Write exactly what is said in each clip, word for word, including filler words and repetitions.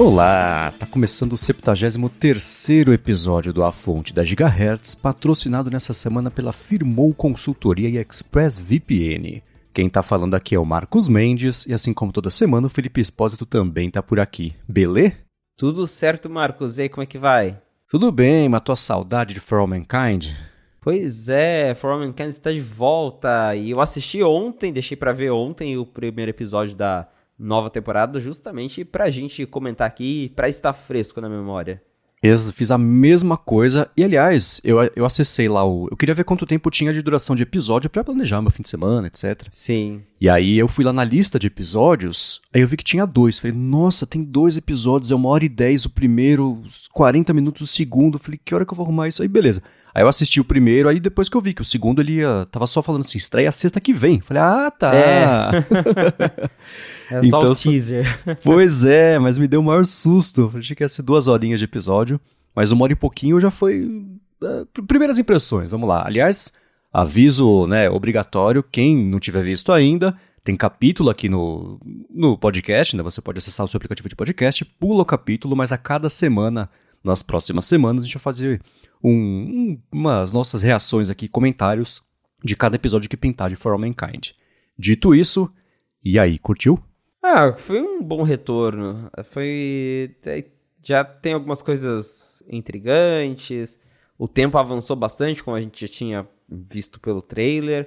Olá, tá começando o septuagésimo terceiro episódio do A Fonte da Gigahertz, patrocinado nessa semana pela Firmou Consultoria e ExpressVPN. Quem tá falando aqui é o Marcos Mendes, e assim como toda semana, o Felipe Espósito também tá por aqui. Belê? Tudo certo, Marcos. E aí, como é que vai? Tudo bem, matou a saudade de For All Mankind? Pois é, For All Mankind está de volta, e eu assisti ontem, deixei pra ver ontem o primeiro episódio da nova temporada, justamente pra gente comentar aqui, pra estar fresco na memória. Eu fiz a mesma coisa, e aliás, eu, eu acessei lá o... Eu queria ver quanto tempo tinha de duração de episódio pra planejar meu fim de semana, etcétera. Sim. E aí eu fui lá na lista de episódios, aí eu vi que tinha dois. Falei, nossa, tem dois episódios, é uma hora e dez o primeiro, quarenta minutos o segundo. Falei, que hora que eu vou arrumar isso aí? Beleza. Aí eu assisti o primeiro, aí depois que eu vi que o segundo ele ia, tava só falando assim, estreia sexta que vem. Falei, ah, tá. É, é só então, o teaser. Pois é, mas me deu o maior susto. Achei que ia ser duas horinhas de episódio, mas uma hora e pouquinho já foi... Uh, primeiras impressões, vamos lá. Aliás, aviso, né, obrigatório, quem não tiver visto ainda, tem capítulo aqui no, no podcast, né? Você pode acessar o seu aplicativo de podcast, pula o capítulo, mas a cada semana, nas próximas semanas, a gente vai fazer um, um, umas nossas reações aqui, comentários de cada episódio que pintar de For All Mankind. Dito isso, e aí, curtiu? Ah, foi um bom retorno. Foi... Já tem algumas coisas intrigantes, o tempo avançou bastante, como a gente já tinha visto pelo trailer,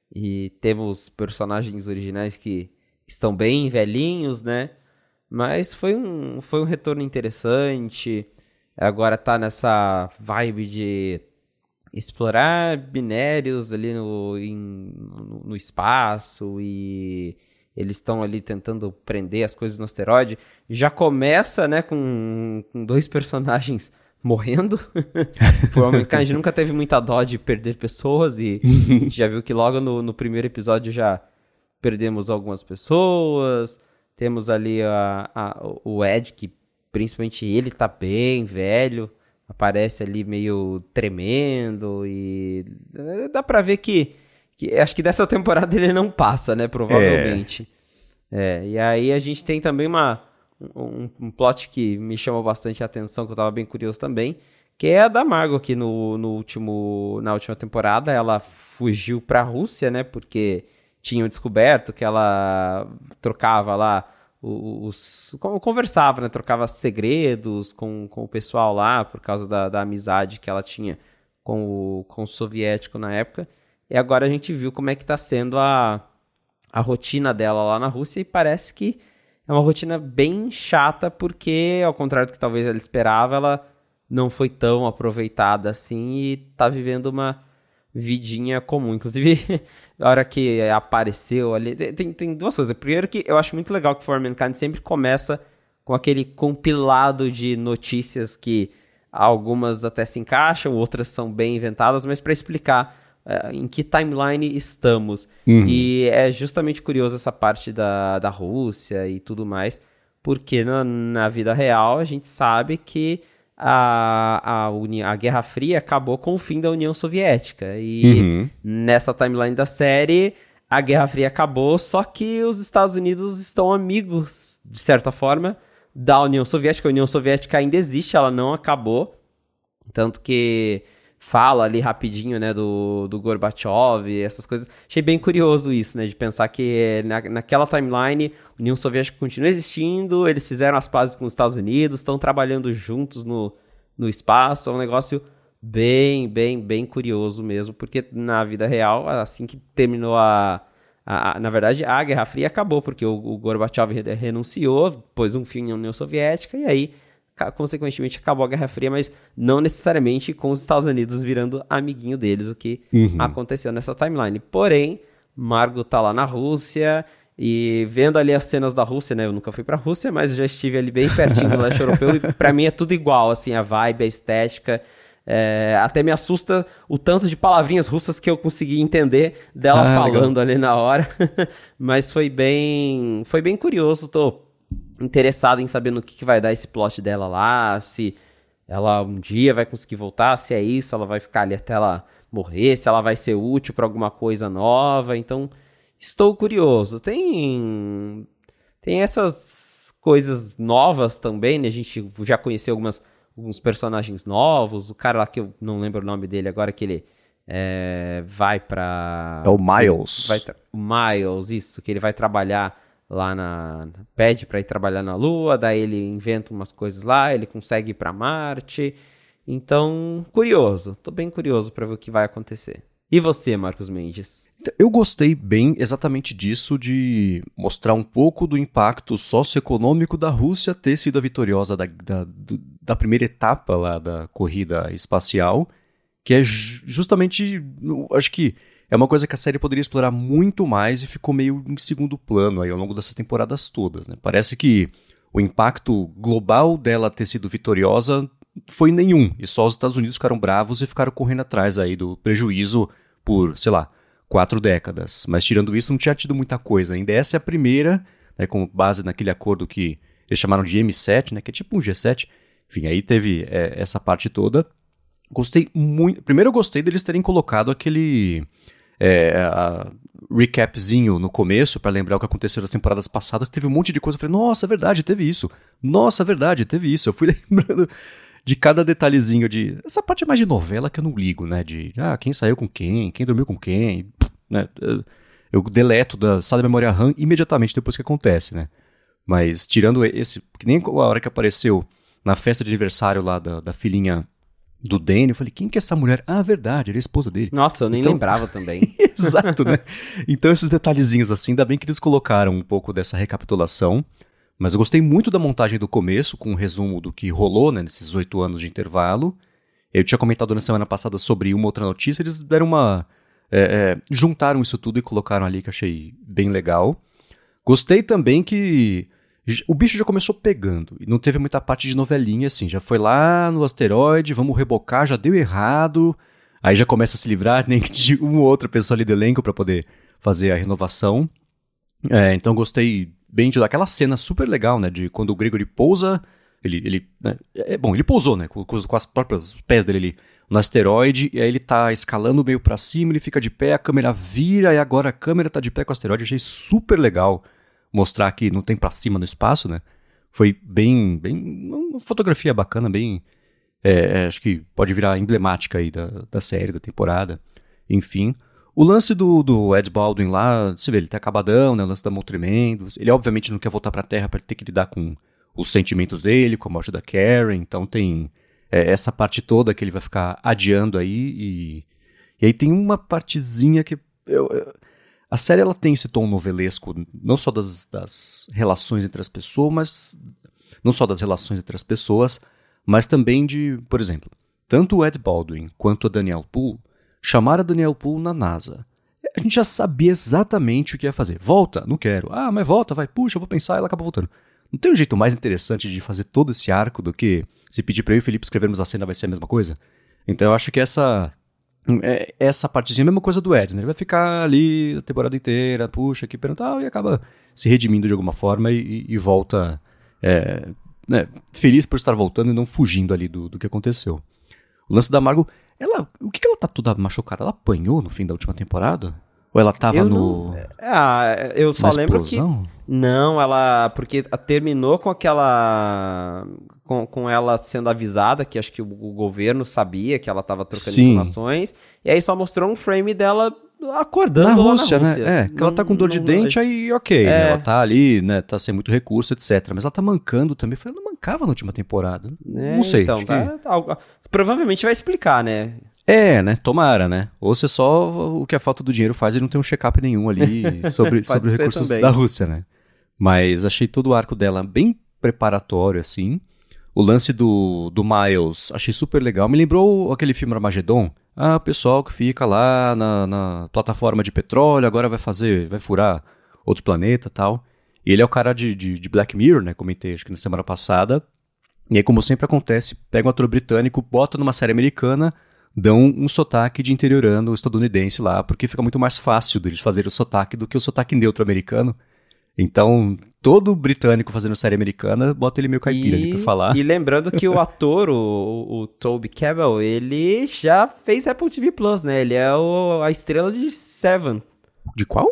e temos personagens originais que estão bem velhinhos, né? Mas foi um, foi um retorno interessante. Agora tá nessa vibe de explorar minérios ali no, em, no, no espaço, e eles estão ali tentando prender as coisas no asteroide. Já começa, né, com, com dois personagens morrendo. Provavelmente a gente nunca teve muita dó de perder pessoas, e a gente já viu que logo no, no primeiro episódio já perdemos algumas pessoas. Temos ali a, a, o Ed, que principalmente ele tá bem velho, aparece ali meio tremendo, e dá pra ver que, que acho que dessa temporada ele não passa, né, provavelmente. É, é e aí a gente tem também uma Um, um plot que me chamou bastante a atenção, que eu tava bem curioso também, que é a da Margot, que no, no último, na última temporada ela fugiu pra Rússia, né, porque tinham descoberto que ela trocava lá os... conversava, né, trocava segredos com, com o pessoal lá, por causa da, da amizade que ela tinha com o, com o soviético na época, e agora a gente viu como é que tá sendo a, a rotina dela lá na Rússia, e parece que é uma rotina bem chata, porque, ao contrário do que talvez ela esperava, ela não foi tão aproveitada assim e tá vivendo uma vidinha comum. Inclusive, a hora que apareceu ali... Tem, tem duas coisas. Primeiro que eu acho muito legal que For All Mankind sempre começa com aquele compilado de notícias que algumas até se encaixam, outras são bem inventadas, mas para explicar Uh, em que timeline estamos. Uhum. E é justamente curioso essa parte da, da Rússia e tudo mais, porque na, na vida real a gente sabe que a, a, Uni- a Guerra Fria acabou com o fim da União Soviética, e uhum. nessa timeline da série a Guerra Fria acabou, só que os Estados Unidos estão amigos, de certa forma, da União Soviética. A União Soviética ainda existe, ela não acabou, tanto que fala ali rapidinho, né, do, do Gorbachev e essas coisas. Achei bem curioso isso, né, de pensar que na, naquela timeline a União Soviética continua existindo, eles fizeram as pazes com os Estados Unidos, estão trabalhando juntos no, no espaço. É um negócio bem, bem, bem curioso mesmo, porque na vida real, assim que terminou a... a, a na verdade, a Guerra Fria acabou, porque o, o Gorbachev renunciou, pôs um fim na União Soviética, e aí consequentemente acabou a Guerra Fria, mas não necessariamente com os Estados Unidos virando amiguinho deles, o que uhum. aconteceu nessa timeline. Porém, Margot tá lá na Rússia, e vendo ali as cenas da Rússia, né, eu nunca fui pra Rússia, mas eu já estive ali bem pertinho do leste europeu, e pra mim é tudo igual, assim, a vibe, a estética. É, até me assusta o tanto de palavrinhas russas que eu consegui entender dela ah, falando legal. ali na hora. Mas foi bem, foi bem curioso, tô interessado em saber no que, que vai dar esse plot dela lá, se ela um dia vai conseguir voltar, se é isso, ela vai ficar ali até ela morrer, se ela vai ser útil para alguma coisa nova. Então, estou curioso. Tem tem essas coisas novas também, né? A gente já conheceu algumas, alguns personagens novos. O cara lá que eu não lembro o nome dele agora, que ele é, vai pra... É o Miles. Vai tra- o Miles, isso, que ele vai trabalhar lá na... Pede pra ir trabalhar na Lua, daí ele inventa umas coisas lá, ele consegue ir pra Marte. Então, curioso. Tô bem curioso pra ver o que vai acontecer. E você, Marcos Mendes? Eu gostei bem exatamente disso, de mostrar um pouco do impacto socioeconômico da Rússia ter sido a vitoriosa da, da, da primeira etapa lá da corrida espacial, que é justamente, acho que é uma coisa que a série poderia explorar muito mais e ficou meio em segundo plano aí ao longo dessas temporadas todas, né? Parece que o impacto global dela ter sido vitoriosa foi nenhum, e só os Estados Unidos ficaram bravos e ficaram correndo atrás aí do prejuízo por, sei lá, quatro décadas. Mas tirando isso, não tinha tido muita coisa. Ainda essa é a primeira, né, com base naquele acordo que eles chamaram de M sete, né, que é tipo um G sete. Enfim, aí teve é, essa parte toda. Gostei muito... Primeiro eu gostei deles terem colocado aquele é, a, recapzinho no começo, para lembrar o que aconteceu nas temporadas passadas. Teve um monte de coisa. Eu falei, nossa, é verdade, teve isso. Nossa, é verdade, teve isso. Eu fui lembrando de cada detalhezinho de... Essa parte é mais de novela que eu não ligo, né? De, ah, quem saiu com quem, quem dormiu com quem, né? Eu, eu deleto da sala de memória RAM imediatamente depois que acontece, né? Mas tirando esse... Que nem a hora que apareceu na festa de aniversário lá da, da filhinha do Danny, eu falei, quem que é essa mulher? Ah, verdade, era a esposa dele. Nossa, eu nem então... lembrava também. Exato, né? Então esses detalhezinhos assim, ainda bem que eles colocaram um pouco dessa recapitulação. Mas eu gostei muito da montagem do começo, com um resumo do que rolou, né, nesses oito anos de intervalo. Eu tinha comentado na semana passada sobre uma outra notícia, eles deram uma... É, é, juntaram isso tudo e colocaram ali, que eu achei bem legal. Gostei também que o bicho já começou pegando, e não teve muita parte de novelinha, assim. Já foi lá no asteroide, vamos rebocar, já deu errado. Aí já começa a se livrar nem de uma ou outra pessoa ali do elenco para poder fazer a renovação. É, então gostei bem de daquela cena super legal, né, de quando o Gregory pousa, ele, ele né, é bom, ele pousou, né, com, com as próprios pés dele ali no asteroide, e aí ele tá escalando meio pra cima, ele fica de pé, a câmera vira, e agora a câmera tá de pé com o asteroide. Achei super legal mostrar que não tem pra cima no espaço, né, foi bem, bem uma fotografia bacana, bem, é, acho que pode virar emblemática aí da, da série, da temporada, enfim. O lance do, do Ed Baldwin lá, você vê, ele tá acabadão, né, o lance da mão tremendo. Ele obviamente não quer voltar pra Terra pra ter que lidar com os sentimentos dele, com a morte da Karen. Então tem é, essa parte toda que ele vai ficar adiando aí. E, e aí tem uma partezinha que... Eu, eu, a série ela tem esse tom novelesco, não só das, das relações entre as pessoas, mas... Não só das relações entre as pessoas, mas também de, por exemplo, tanto o Ed Baldwin quanto a Danielle Poole chamaram a Danielle Poole na NASA. A gente já sabia exatamente o que ia fazer. Volta? Não quero. Ah, mas volta, vai. Puxa, eu vou pensar, e ela acaba voltando. Não tem um jeito mais interessante de fazer todo esse arco do que se pedir pra eu e o Felipe escrevermos a cena vai ser a mesma coisa? Então eu acho que essa essa partezinha é a mesma coisa do Ed, né? Ele vai ficar ali a temporada inteira, puxa, aqui perguntar, e acaba se redimindo de alguma forma e, e volta é, né, feliz por estar voltando e não fugindo ali do, do que aconteceu. O lance da Margot... Ela, o que, que ela tá toda machucada? Ela apanhou no fim da última temporada? Ou ela tava eu no... Não, ah, eu só lembro que... Não, ela... Porque terminou com aquela... Com, com ela sendo avisada, que acho que o, o governo sabia que ela tava trocando Sim. informações. E aí só mostrou um frame dela acordando na lá Rússia, na Rússia, né? É, que não, ela tá com dor de não, dente, não... aí ok. É. Né? Ela tá ali, né? Tá sem muito recurso, etcétera. Mas ela tá mancando também. Ela não mancava na última temporada. É, não sei. Então, acho tá, que... tá, provavelmente vai explicar, né? É, né? Tomara, né? Ou você só o que a falta do dinheiro faz e não tem um check-up nenhum ali sobre, sobre os recursos também. Da Rússia, né? Mas achei todo o arco dela bem preparatório, assim. O lance do, do Miles, achei super legal. Me lembrou aquele filme Armagedon. Ah, o pessoal que fica lá na, na plataforma de petróleo, agora vai fazer, vai furar outro planeta e tal. E ele é o cara de, de, de Black Mirror, né? Comentei acho que na semana passada. E aí, como sempre acontece, pega um ator britânico, bota numa série americana, dão um sotaque de interiorano estadunidense lá, porque fica muito mais fácil deles fazerem o sotaque do que o sotaque neutro americano. Então, todo britânico fazendo série americana, bota ele meio caipira e, ali pra falar. E lembrando que o ator, o, o Toby Kebbell, ele já fez Apple T V Plus, né? Ele é o, a estrela de Seven. De qual?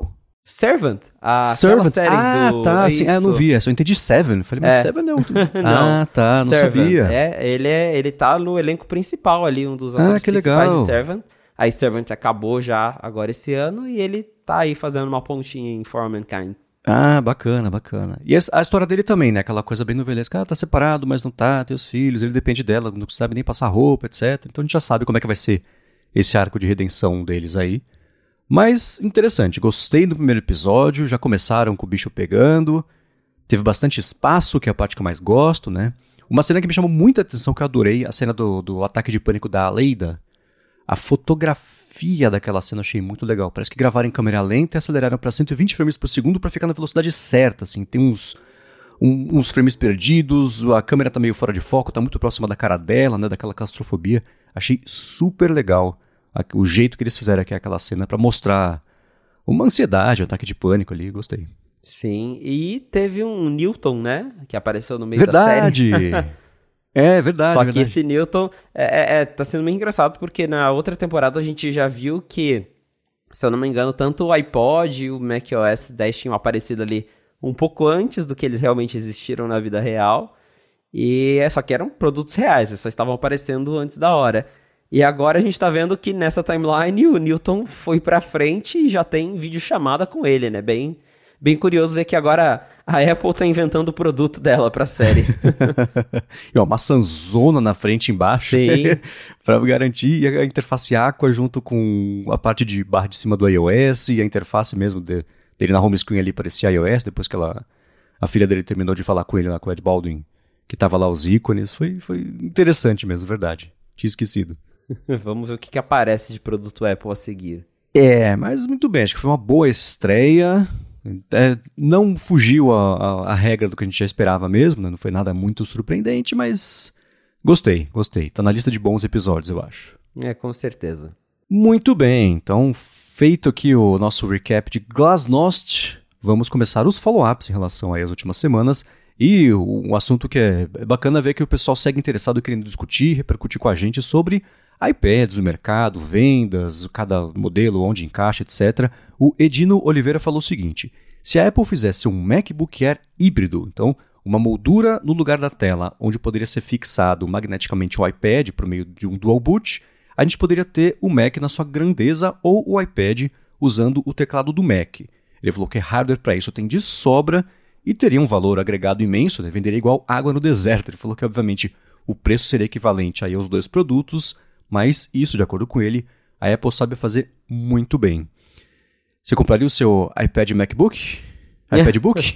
Servant, a Servant, série ah, do... tá, é sim, é, eu não vi essa, eu entendi Seven, falei, mas É. Seven é outro... Não, ah, tá, não Servant. sabia. É, ele, é, ele tá no elenco principal ali, um dos atores Ah, que principais legal. de Servant. Aí Servant acabou já agora esse ano e ele tá aí fazendo uma pontinha em For All Mankind. Ah, bacana, bacana. E a história dele também, né? Aquela coisa bem novelesca. Ah, tá separado, mas não tá, tem os filhos, ele depende dela, não sabe nem passar roupa, etcétera. Então a gente já sabe como é que vai ser esse arco de redenção deles aí. Mas interessante, gostei do primeiro episódio, já começaram com o bicho pegando, teve bastante espaço, que é a parte que eu mais gosto, né? Uma cena que me chamou muita atenção, que eu adorei, a cena do, do ataque de pânico da Aleida. A fotografia daquela cena eu achei muito legal. Parece que gravaram em câmera lenta e aceleraram para cento e vinte frames por segundo para ficar na velocidade certa, assim. Tem uns, um, uns frames perdidos, a câmera tá meio fora de foco, tá muito próxima da cara dela, né? Daquela claustrofobia. Achei super legal o jeito que eles fizeram aqui aquela cena para mostrar uma ansiedade, um ataque de pânico ali, gostei. Sim, e teve um Newton, né? Que apareceu no meio Verdade. da série. É, verdade, Só verdade. que esse Newton é, é, é, tá sendo meio engraçado, porque na outra temporada a gente já viu que, se eu não me engano, tanto o iPod e o macOS dez tinham aparecido ali um pouco antes do que eles realmente existiram na vida real. E é só que eram produtos reais, eles só estavam aparecendo antes da hora. E agora a gente tá vendo que nessa timeline o Newton foi pra frente e já tem videochamada com ele, né? Bem, bem curioso ver que agora a Apple tá inventando o produto dela pra série. E uma maçãzona na frente e embaixo. Sim. Pra garantir a interface Aqua junto com a parte de barra de cima do iOS e a interface mesmo de, dele na home screen ali parecia iOS, depois que ela, a filha dele terminou de falar com ele lá, com o Ed Baldwin, que tava lá os ícones. Foi, foi interessante mesmo, verdade. Tinha esquecido. Vamos ver o que, que aparece de produto Apple a seguir. É, mas muito bem, acho que foi uma boa estreia. É, não fugiu a, a, a regra do que a gente já esperava mesmo, né? Não foi nada muito surpreendente, mas gostei, gostei. Tá na lista de bons episódios, eu acho. É, com certeza. Muito bem, então feito aqui o nosso recap de Glasnost, vamos começar os follow-ups em relação aí às últimas semanas. E um assunto que é bacana ver que o pessoal segue interessado querendo discutir, repercutir com a gente sobre iPads, o mercado, vendas, cada modelo, onde encaixa, etcétera. O Edino Oliveira falou o seguinte: se a Apple fizesse um MacBook Air híbrido, então uma moldura no lugar da tela, onde poderia ser fixado magneticamente o iPad por meio de um dual boot, a gente poderia ter o Mac na sua grandeza ou o iPad usando o teclado do Mac. Ele falou que hardware para isso tem de sobra e teria um valor agregado imenso, né? Venderia igual água no deserto. Ele falou que, obviamente, o preço seria equivalente aí aos dois produtos, mas isso, de acordo com ele, a Apple sabe fazer muito bem. Você compraria o seu iPad MacBook? iPadbook?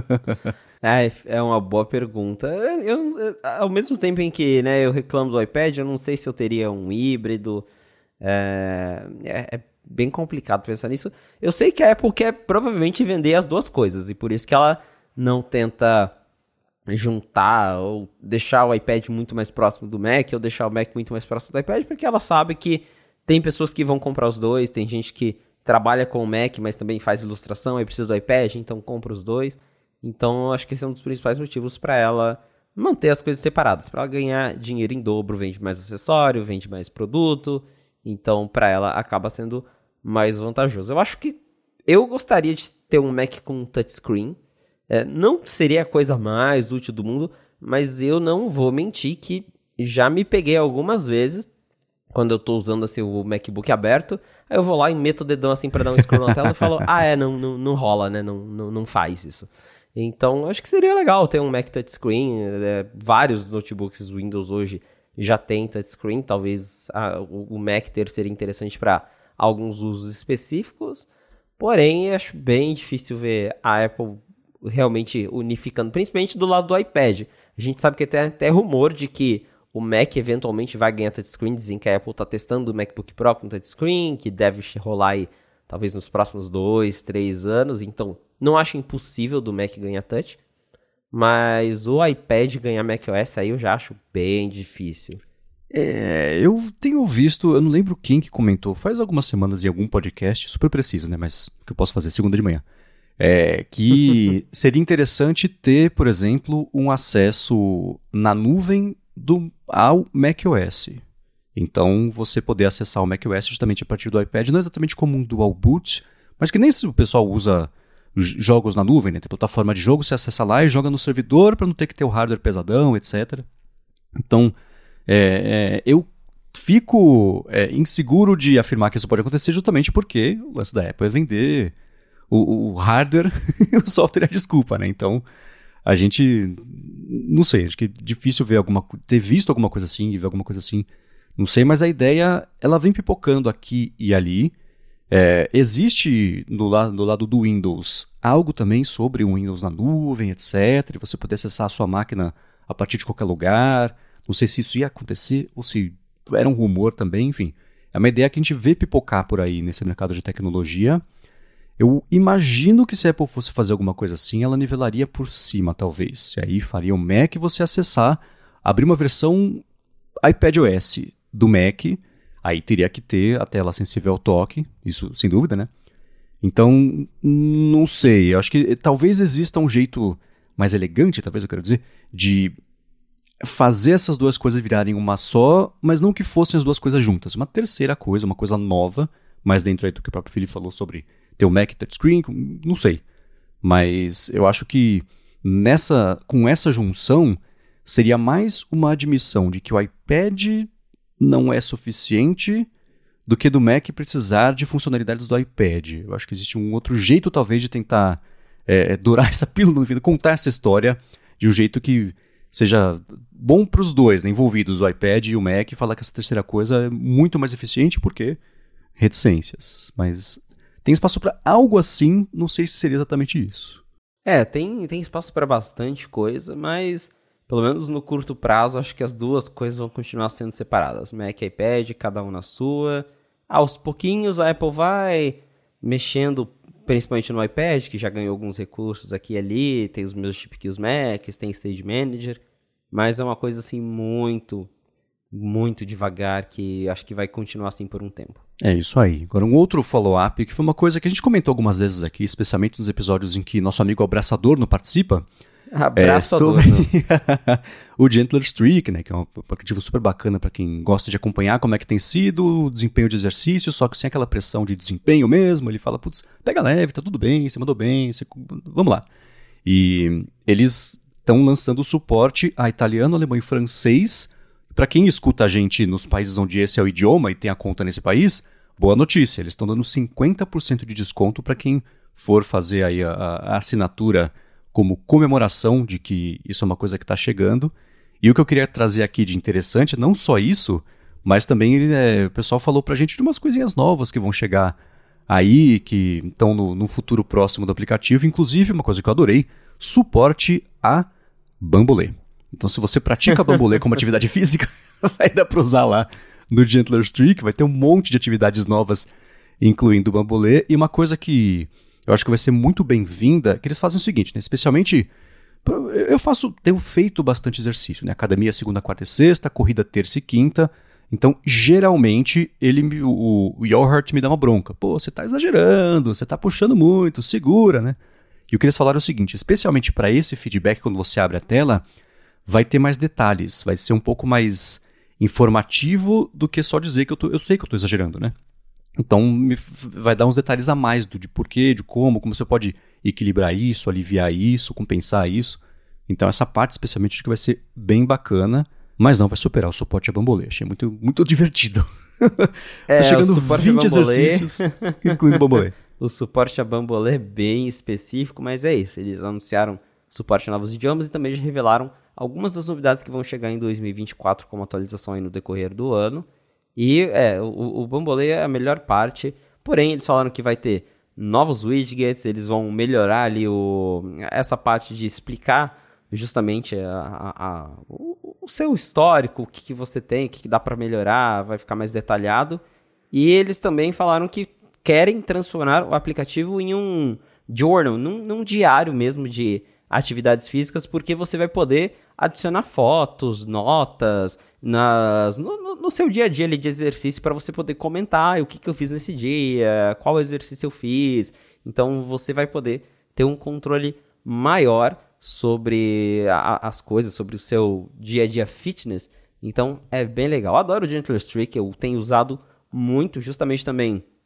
é, é uma boa pergunta. Eu, eu, ao mesmo tempo em que, né, eu reclamo do iPad, eu não sei se eu teria um híbrido. É, é, é bem complicado pensar nisso. Eu sei que a Apple quer provavelmente vender as duas coisas, e por isso que ela não tenta juntar ou deixar o iPad muito mais próximo do Mac ou deixar o Mac muito mais próximo do iPad, porque ela sabe que tem pessoas que vão comprar os dois, tem gente que trabalha com o Mac, mas também faz ilustração e precisa do iPad, então compra os dois. Então acho que esse é um dos principais motivos para ela manter as coisas separadas, para ela ganhar dinheiro em dobro, vende mais acessório, vende mais produto, então para ela acaba sendo mais vantajoso. Eu acho que eu gostaria de ter um Mac com touchscreen. É, não seria a coisa mais útil do mundo, mas eu não vou mentir que já me peguei algumas vezes quando eu tô usando assim, o MacBook aberto, aí eu vou lá e meto o dedão assim pra dar um scroll na tela e falo, ah é, não, não, não rola, né, não, não, não faz isso. Então acho que seria legal ter um Mac touchscreen, é, vários notebooks Windows hoje já tem touchscreen, talvez a, o, o Mac ter seria interessante para alguns usos específicos, porém acho bem difícil ver a Apple realmente unificando, principalmente do lado do iPad. A gente sabe que tem até rumor de que o Mac eventualmente vai ganhar touchscreen, dizem que a Apple está testando o MacBook Pro com touchscreen, que deve rolar aí talvez nos próximos dois, três anos, então não acho impossível do Mac ganhar touch, mas o iPad ganhar macOS aí eu já acho bem difícil. É, eu tenho visto, eu não lembro quem que comentou, faz algumas semanas em algum podcast, super preciso, né, mas o que eu posso fazer segunda de manhã. É, que seria interessante ter, por exemplo, um acesso na nuvem do, ao macOS. Então, você poder acessar o macOS justamente a partir do iPad, não exatamente como um dual boot, Mas que nem se o pessoal usa jogos na nuvem, né? Tem plataforma de jogo, você acessa lá e joga no servidor para não ter que ter o hardware pesadão, etcétera. Então, é, é, eu fico é, inseguro de afirmar que isso pode acontecer justamente porque o lance da Apple é vender o, o hardware e o software é a desculpa, né? Então, a gente, não sei, acho que é difícil ver alguma, ter visto alguma coisa assim e ver alguma coisa assim, não sei, mas a ideia, ela vem pipocando aqui e ali. É, existe do, la- do lado do Windows algo também sobre o Windows na nuvem, etcétera. E você poder acessar a sua máquina a partir de qualquer lugar. Não sei se isso ia acontecer ou se era um rumor também, enfim. É uma ideia que a gente vê pipocar por aí nesse mercado de tecnologia. Eu imagino que se a Apple fosse fazer alguma coisa assim, ela nivelaria por cima, talvez. E aí faria o Mac você acessar, abrir uma versão iPadOS do Mac. Aí teria que ter a tela sensível ao toque, isso sem dúvida, né? Então, não sei, eu acho que talvez exista um jeito mais elegante, talvez eu quero dizer, de fazer essas duas coisas virarem uma só, mas não que fossem as duas coisas juntas. Uma terceira coisa, uma coisa nova, mais dentro aí do que o próprio Felipe falou sobre ter o Mac touchscreen, não sei. Mas eu acho que nessa, com essa junção, seria mais uma admissão de que o iPad não é suficiente do que do Mac precisar de funcionalidades do iPad. Eu acho que existe um outro jeito, talvez, de tentar é, dourar essa pílula no fim, contar essa história de um jeito que seja bom para os dois, né, envolvidos, o iPad e o Mac, e falar que essa terceira coisa é muito mais eficiente, porque reticências. Mas tem espaço para algo assim, não sei se seria exatamente isso. É, tem, tem espaço para bastante coisa, mas pelo menos no curto prazo, acho que as duas coisas vão continuar sendo separadas. Mac e iPad, cada um na sua. Aos pouquinhos a Apple vai mexendo, principalmente no iPad, que já ganhou alguns recursos aqui e ali. Tem os meus chip aqui, os Macs, tem Stage Manager. Mas é uma coisa assim muito, muito devagar, que acho que vai continuar assim por um tempo. É isso aí. Agora um outro follow-up, que foi uma coisa que a gente comentou algumas vezes aqui, especialmente nos episódios em que nosso amigo Abraçador não participa. Abraçador, é, sobre o Gentler Streak, né, que é um aplicativo super bacana para quem gosta de acompanhar como é que tem sido o desempenho de exercício, só que sem aquela pressão de desempenho mesmo. Ele fala, putz, pega leve, tá tudo bem, você mandou bem, você... vamos lá. E eles estão lançando o suporte a italiano, alemão e francês. Para quem escuta a gente nos países onde esse é o idioma e tem a conta nesse país, boa notícia, eles estão dando cinquenta por cento de desconto para quem for fazer aí a, a assinatura como comemoração de que isso é uma coisa que está chegando. E o que eu queria trazer aqui de interessante, não só isso, mas também é, o pessoal falou pra gente de umas coisinhas novas que vão chegar aí, que estão no, no futuro próximo do aplicativo. Inclusive, uma coisa que eu adorei, suporte a bambolê. Então, se você pratica bambolê como atividade física, vai dar para usar lá no Gentler Streak, vai ter um monte de atividades novas, incluindo o bambolê. E uma coisa que eu acho que vai ser muito bem-vinda, que eles fazem o seguinte, né? Especialmente, eu faço, tenho feito bastante exercício, né? Academia segunda, quarta e sexta, corrida terça e quinta. Então, geralmente, ele, o, o Yohart me dá uma bronca. Pô, você tá exagerando, você tá puxando muito, segura, né? E o que eles falaram é o seguinte, especialmente para esse feedback, quando você abre a tela, vai ter mais detalhes, vai ser um pouco mais informativo do que só dizer que eu, tô, eu sei que eu tô exagerando, né? Então, me, vai dar uns detalhes a mais do, de porquê, de como, como você pode equilibrar isso, aliviar isso, compensar isso. Então, essa parte, especialmente, acho que vai ser bem bacana, mas não vai superar o suporte a bambolê. Achei muito, muito divertido. É, tá chegando o suporte vinte a bambolê, exercícios, incluindo bambolê. O suporte a bambolê é bem específico, mas é isso. Eles anunciaram suporte a novos idiomas e também já revelaram algumas das novidades que vão chegar em dois mil e vinte e quatro como atualização aí no decorrer do ano. E é, o, o bambolê é a melhor parte, porém eles falaram que vai ter novos widgets, eles vão melhorar ali o, essa parte de explicar justamente a, a, a, o, o seu histórico, o que, que você tem, o que, que dá para melhorar, vai ficar mais detalhado. E eles também falaram que querem transformar o aplicativo em um journal, num, num diário mesmo de atividades físicas, porque você vai poder adicionar fotos, notas nas, no, no seu dia a dia ali de exercício para você poder comentar o que, que eu fiz nesse dia, qual exercício eu fiz. Então você vai poder ter um controle maior sobre a, as coisas, sobre o seu dia a dia fitness. Então é bem legal. Eu adoro o Gentler Streak, eu tenho usado muito justamente também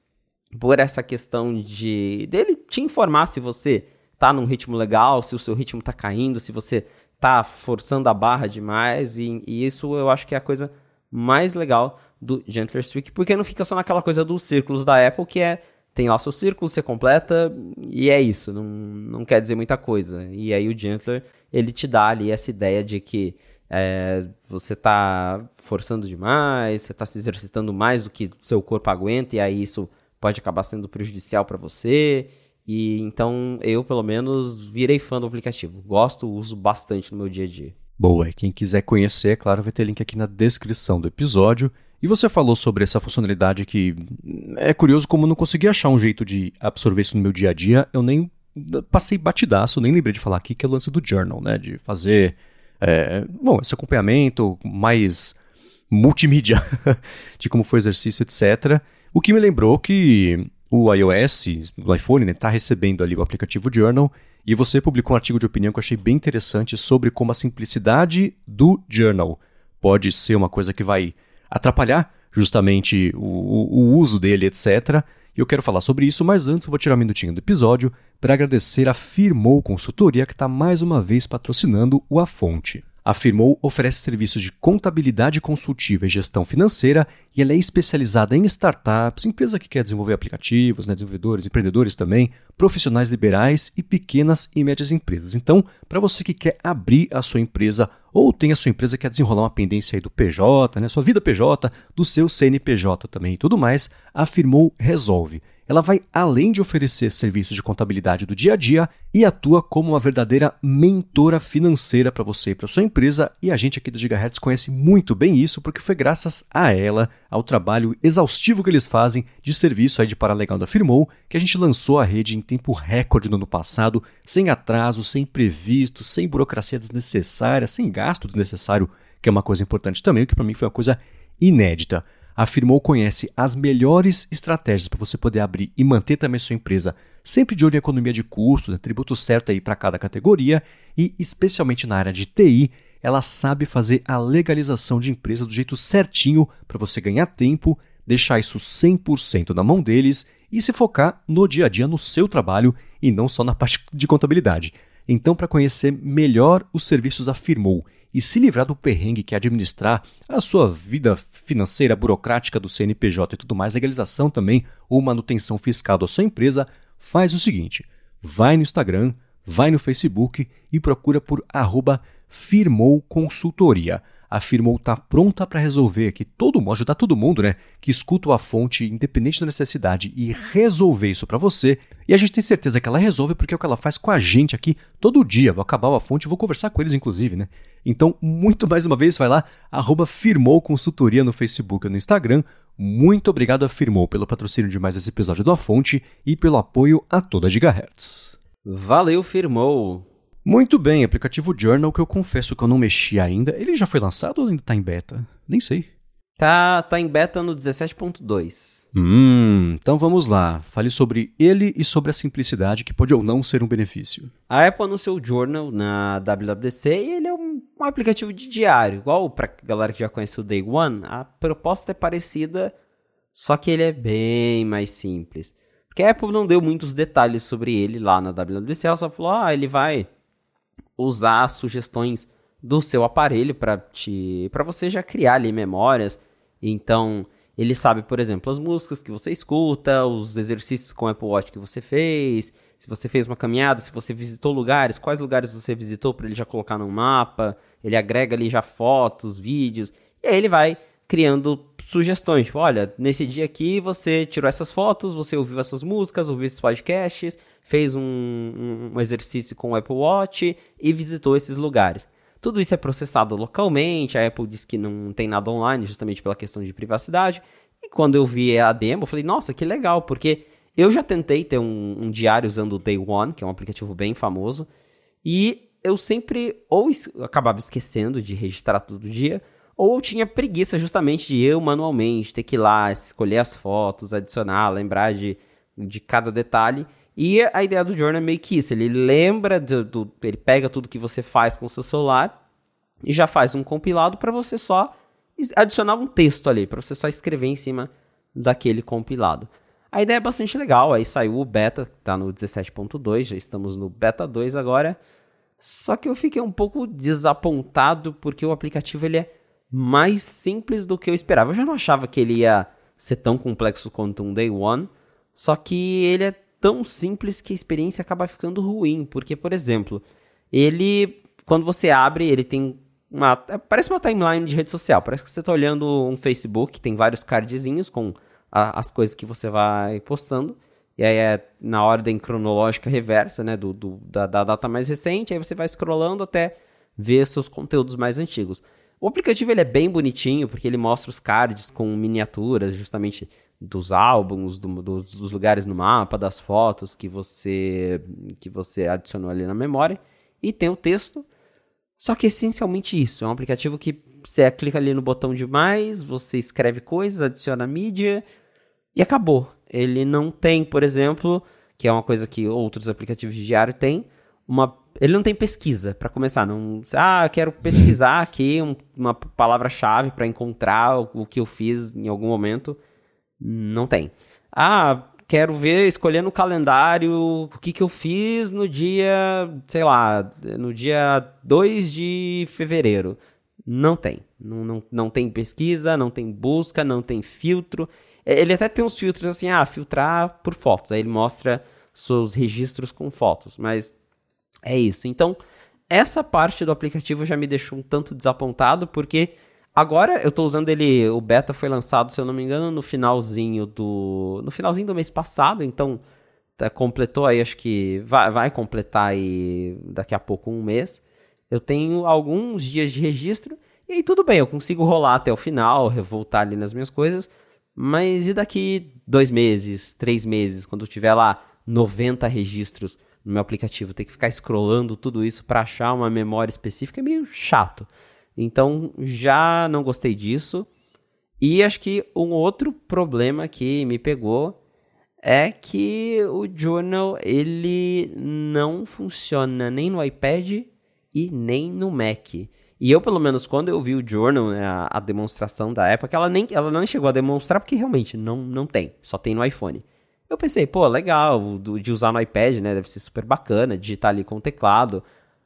por essa questão de dele te informar se você tá num ritmo legal, se o seu ritmo tá caindo, se você tá forçando a barra demais, e, e isso eu acho que é a coisa mais legal do Gentler Streak, porque não fica só naquela coisa dos círculos da Apple, que é, tem lá seu círculo, você completa, e é isso, não, não quer dizer muita coisa. E aí o Gentler, ele te dá ali essa ideia de que é, você tá forçando demais, você tá se exercitando mais do que seu corpo aguenta, e aí isso pode acabar sendo prejudicial para você. E então eu, pelo menos, virei fã do aplicativo. Gosto, uso bastante no meu dia a dia. Boa, e quem quiser conhecer, é claro, vai ter link aqui na descrição do episódio. E você falou sobre essa funcionalidade que é curioso como eu não consegui achar um jeito de absorver isso no meu dia a dia. Eu nem passei batidaço, nem lembrei de falar aqui, que é o lance do journal, né? De fazer, é, bom, esse acompanhamento mais multimídia de como foi o exercício, etcétera. O que me lembrou que o iOS, o iPhone, né, tá recebendo ali o aplicativo Journal, e você publicou um artigo de opinião que eu achei bem interessante sobre como a simplicidade do Journal pode ser uma coisa que vai atrapalhar justamente o, o, o uso dele, etcétera. E eu quero falar sobre isso, mas antes eu vou tirar um minutinho do episódio para agradecer a Firmou Consultoria, que está mais uma vez patrocinando o A Fonte. A Firmou oferece serviços de contabilidade consultiva e gestão financeira, e ela é especializada em startups, empresa que quer desenvolver aplicativos, né, desenvolvedores, empreendedores também, profissionais liberais e pequenas e médias empresas. Então, para você que quer abrir a sua empresa ou tem a sua empresa que quer desenrolar uma pendência aí do P J, né, sua vida P J, do seu C N P J também e tudo mais, a Firmou resolve. Ela vai além de oferecer serviços de contabilidade do dia a dia e atua como uma verdadeira mentora financeira para você e para sua empresa, e a gente aqui do Gigahertz conhece muito bem isso porque foi graças a ela, ao trabalho exaustivo que eles fazem de serviço aí de paralegal da Firmou, que a gente lançou a rede em tempo recorde no ano passado, sem atraso, sem imprevisto, sem burocracia desnecessária, sem gasto desnecessário, que é uma coisa importante também, o que para mim foi uma coisa inédita. A Firmou conhece as melhores estratégias para você poder abrir e manter também sua empresa, sempre de olho em economia de custos, né, tributo certo aí para cada categoria, e especialmente na área de T I, ela sabe fazer a legalização de empresa do jeito certinho para você ganhar tempo, deixar isso cem por cento na mão deles e se focar no dia a dia no seu trabalho e não só na parte de contabilidade. Então, para conhecer melhor os serviços da Firmou e se livrar do perrengue que é administrar a sua vida financeira, burocrática do C N P J e tudo mais, legalização também ou manutenção fiscal da sua empresa, faz o seguinte, vai no Instagram, vai no Facebook e procura por arroba Firmou Consultoria. A Firmou está pronta para resolver aqui todo mundo, ajudar todo mundo, né, que escuta a fonte independente da necessidade e resolver isso para você. E a gente tem certeza que ela resolve porque é o que ela faz com a gente aqui todo dia. Vou acabar a fonte e vou conversar com eles, inclusive, né? Então, muito mais uma vez, vai lá, arroba Firmou Consultoria no Facebook e no Instagram. Muito obrigado a Firmou pelo patrocínio de mais esse episódio do A Fonte e pelo apoio a toda a Gigahertz. Valeu, Firmou! Muito bem, aplicativo Journal, que eu confesso que eu não mexi ainda. Ele já foi lançado ou ainda está em beta? Nem sei. Tá, tá em beta no dezessete ponto dois. Hum, então vamos lá. Fale sobre ele e sobre a simplicidade que pode ou não ser um benefício. A Apple anunciou o Journal na W W D C e ele é um, um aplicativo de diário. Igual pra galera que já conhece o Day One, a proposta é parecida, só que ele é bem mais simples. Porque a Apple não deu muitos detalhes sobre ele lá na W W D C, ela só falou, ah, ele vai usar as sugestões do seu aparelho para te, para você já criar ali memórias. Então, ele sabe, por exemplo, as músicas que você escuta, os exercícios com o Apple Watch que você fez, se você fez uma caminhada, se você visitou lugares, quais lugares você visitou para ele já colocar no mapa. Ele agrega ali já fotos, vídeos, e aí ele vai criando sugestões. Tipo, olha, nesse dia aqui você tirou essas fotos, você ouviu essas músicas, ouviu esses podcasts, fez um, um, um exercício com o Apple Watch e visitou esses lugares. Tudo isso é processado localmente, a Apple diz que não tem nada online, justamente pela questão de privacidade. E quando eu vi a demo, eu falei, nossa, que legal, porque eu já tentei ter um, um diário usando o Day One, que é um aplicativo bem famoso, e eu sempre ou es- acabava esquecendo de registrar todo dia, ou tinha preguiça justamente de eu manualmente ter que ir lá, escolher as fotos, adicionar, lembrar de, de cada detalhe. E a ideia do Journal é meio que isso, ele lembra, do, do, ele pega tudo que você faz com o seu celular e já faz um compilado para você só adicionar um texto ali, para você só escrever em cima daquele compilado. A ideia é bastante legal, aí saiu o beta, tá no dezessete ponto dois, já estamos no beta dois agora. Só que eu fiquei um pouco desapontado porque o aplicativo ele é mais simples do que eu esperava. Eu já não achava que ele ia ser tão complexo quanto um Day One, só que ele é tão simples que a experiência acaba ficando ruim, porque, por exemplo, ele, quando você abre, ele tem uma, parece uma timeline de rede social, parece que você está olhando um Facebook, tem vários cardzinhos com a, as coisas que você vai postando, e aí é na ordem cronológica reversa, né, do, do, da, da data mais recente, aí você vai scrollando até ver seus conteúdos mais antigos. O aplicativo ele é bem bonitinho, porque ele mostra os cards com miniaturas, justamente dos álbuns, do, do, dos lugares no mapa, das fotos que você, que você adicionou ali na memória, e tem o texto. Só que é essencialmente isso, é um aplicativo que você clica ali no botão de mais, você escreve coisas, adiciona mídia, e acabou. Ele não tem, por exemplo, que é uma coisa que outros aplicativos de diário têm, uma, ele não tem pesquisa, para começar. Não, ah, eu quero pesquisar aqui um, uma palavra-chave para encontrar o, o que eu fiz em algum momento. Não tem. Ah, quero ver, escolher no calendário o que, que eu fiz no dia, sei lá, no dia dois de fevereiro. Não tem. Não, não, não tem pesquisa, não tem busca, não tem filtro. Ele até tem uns filtros assim, ah, filtrar por fotos. Aí ele mostra seus registros com fotos, mas é isso. Então, essa parte do aplicativo já me deixou um tanto desapontado, porque agora eu estou usando ele, o beta foi lançado, se eu não me engano, no finalzinho do, no finalzinho do mês passado, então tá, completou aí, acho que vai, vai completar aí daqui a pouco um mês. Eu tenho alguns dias de registro, e aí tudo bem, eu consigo rolar até o final, voltar ali nas minhas coisas, mas e daqui dois meses, três meses, quando eu tiver lá noventa registros no meu aplicativo, ter que ficar scrollando tudo isso para achar uma memória específica é meio chato. Então, já não gostei disso. E acho que um outro problema que me pegou é que o Journal, ele não funciona nem no iPad e nem no Mac. E eu, pelo menos, quando eu vi o Journal, né, a, a demonstração da Apple, ela, nem, ela não chegou a demonstrar porque realmente não, não tem, só tem no iPhone. Eu pensei, pô, legal, do, de usar no iPad, né, deve ser super bacana, digitar ali com o teclado.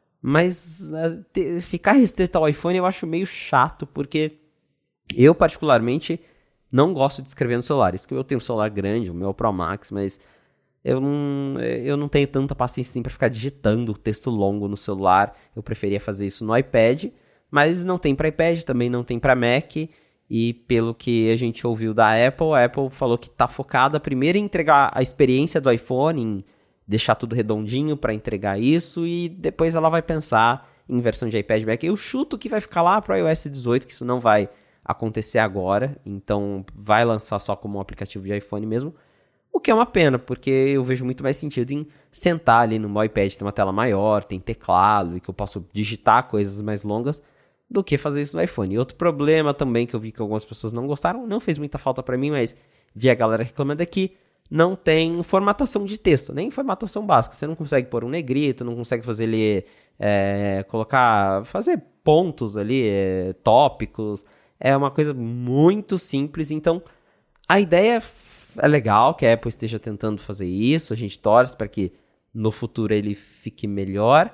Mas uh, te, ficar restrito ao iPhone eu acho meio chato, porque eu, particularmente, não gosto de escrever no celular. Isso que eu tenho um celular grande, o meu Pro Max, mas eu não, eu não tenho tanta paciência assim para ficar digitando texto longo no celular. Eu preferia fazer isso no iPad, mas não tem para iPad, também não tem para Mac. E pelo que a gente ouviu da Apple, a Apple falou que está focada primeiro em entregar a experiência do iPhone, em deixar tudo redondinho para entregar isso, e depois ela vai pensar em versão de iPad Mac. Eu chuto que vai ficar lá para o i O S dezoito, que isso não vai acontecer agora, então vai lançar só como um aplicativo de iPhone mesmo, o que é uma pena, porque eu vejo muito mais sentido em sentar ali no meu iPad, tem uma tela maior, tem teclado, e que eu posso digitar coisas mais longas, do que fazer isso no iPhone. E outro problema também que eu vi que algumas pessoas não gostaram, não fez muita falta para mim, mas vi a galera reclamando, é que não tem formatação de texto, nem formatação básica. Você não consegue pôr um negrito, não consegue fazer ele, é, colocar, fazer pontos ali, é, tópicos. É uma coisa muito simples. Então, a ideia é legal que a Apple esteja tentando fazer isso. A gente torce para que no futuro ele fique melhor,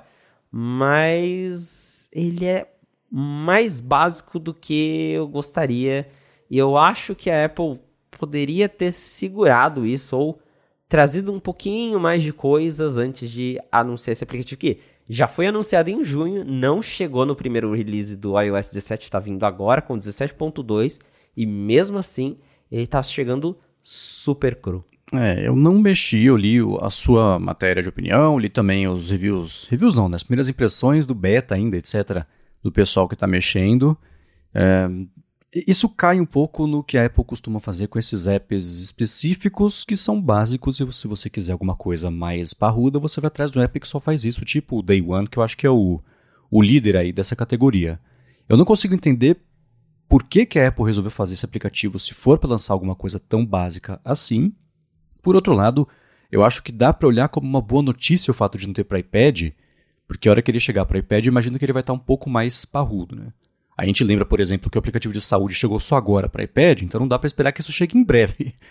mas ele é mais básico do que eu gostaria. E eu acho que a Apple poderia ter segurado isso ou trazido um pouquinho mais de coisas antes de anunciar esse aplicativo, que já foi anunciado em junho, não chegou no primeiro release do i O S dezessete, está vindo agora com dezessete ponto dois, e mesmo assim ele está chegando super cru. É, eu não mexi, eu li a sua matéria de opinião, li também os reviews, reviews não, né, as primeiras impressões do beta ainda, etcétera, do pessoal que está mexendo. É, isso cai um pouco no que a Apple costuma fazer com esses apps específicos que são básicos, e se você quiser alguma coisa mais parruda, você vai atrás de um app que só faz isso, tipo o Day One, que eu acho que é o, o líder aí dessa categoria. Eu não consigo entender por que, que a Apple resolveu fazer esse aplicativo se for para lançar alguma coisa tão básica assim. Por outro lado, eu acho que dá para olhar como uma boa notícia o fato de não ter para iPad, porque a hora que ele chegar para iPad, eu imagino que ele vai estar um pouco mais parrudo, né? A gente lembra, por exemplo, que o aplicativo de saúde chegou só agora para iPad, então não dá para esperar que isso chegue em breve.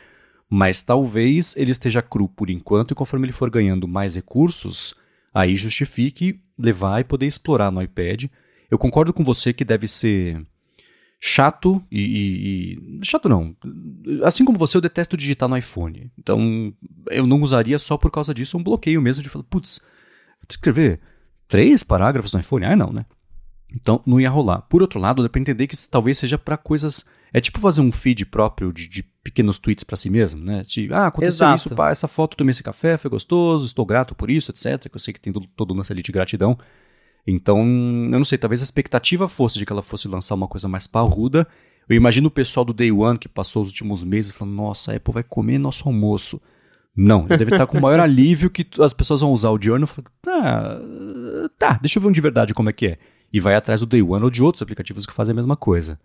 Mas talvez ele esteja cru por enquanto e conforme ele for ganhando mais recursos, aí justifique levar e poder explorar no iPad. Eu concordo com você que deve ser chato e, e, e... Chato não. Assim como você, eu detesto digitar no iPhone. Então, eu não usaria só por causa disso um bloqueio mesmo de falar, putz, vou escrever três parágrafos no iPhone? Ah, não, né? Então, não ia rolar. Por outro lado, dá pra entender que isso talvez seja pra coisas... É tipo fazer um feed próprio de, de pequenos tweets pra si mesmo, né? De, ah, aconteceu Exato. isso, pá, essa foto, tomei esse café, foi gostoso, estou grato por isso, etcétera. Que eu sei que tem todo, todo lance ali de gratidão. Então, eu não sei, talvez a expectativa fosse de que ela fosse lançar uma coisa mais parruda. Eu imagino o pessoal do Day One que passou os últimos meses falando, nossa, a Apple vai comer nosso almoço. Não, eles devem estar com o maior alívio que as pessoas vão usar o Journal e falar, tá, tá, deixa eu ver um de verdade como é que é. E vai atrás do Day One ou de outros aplicativos que fazem a mesma coisa.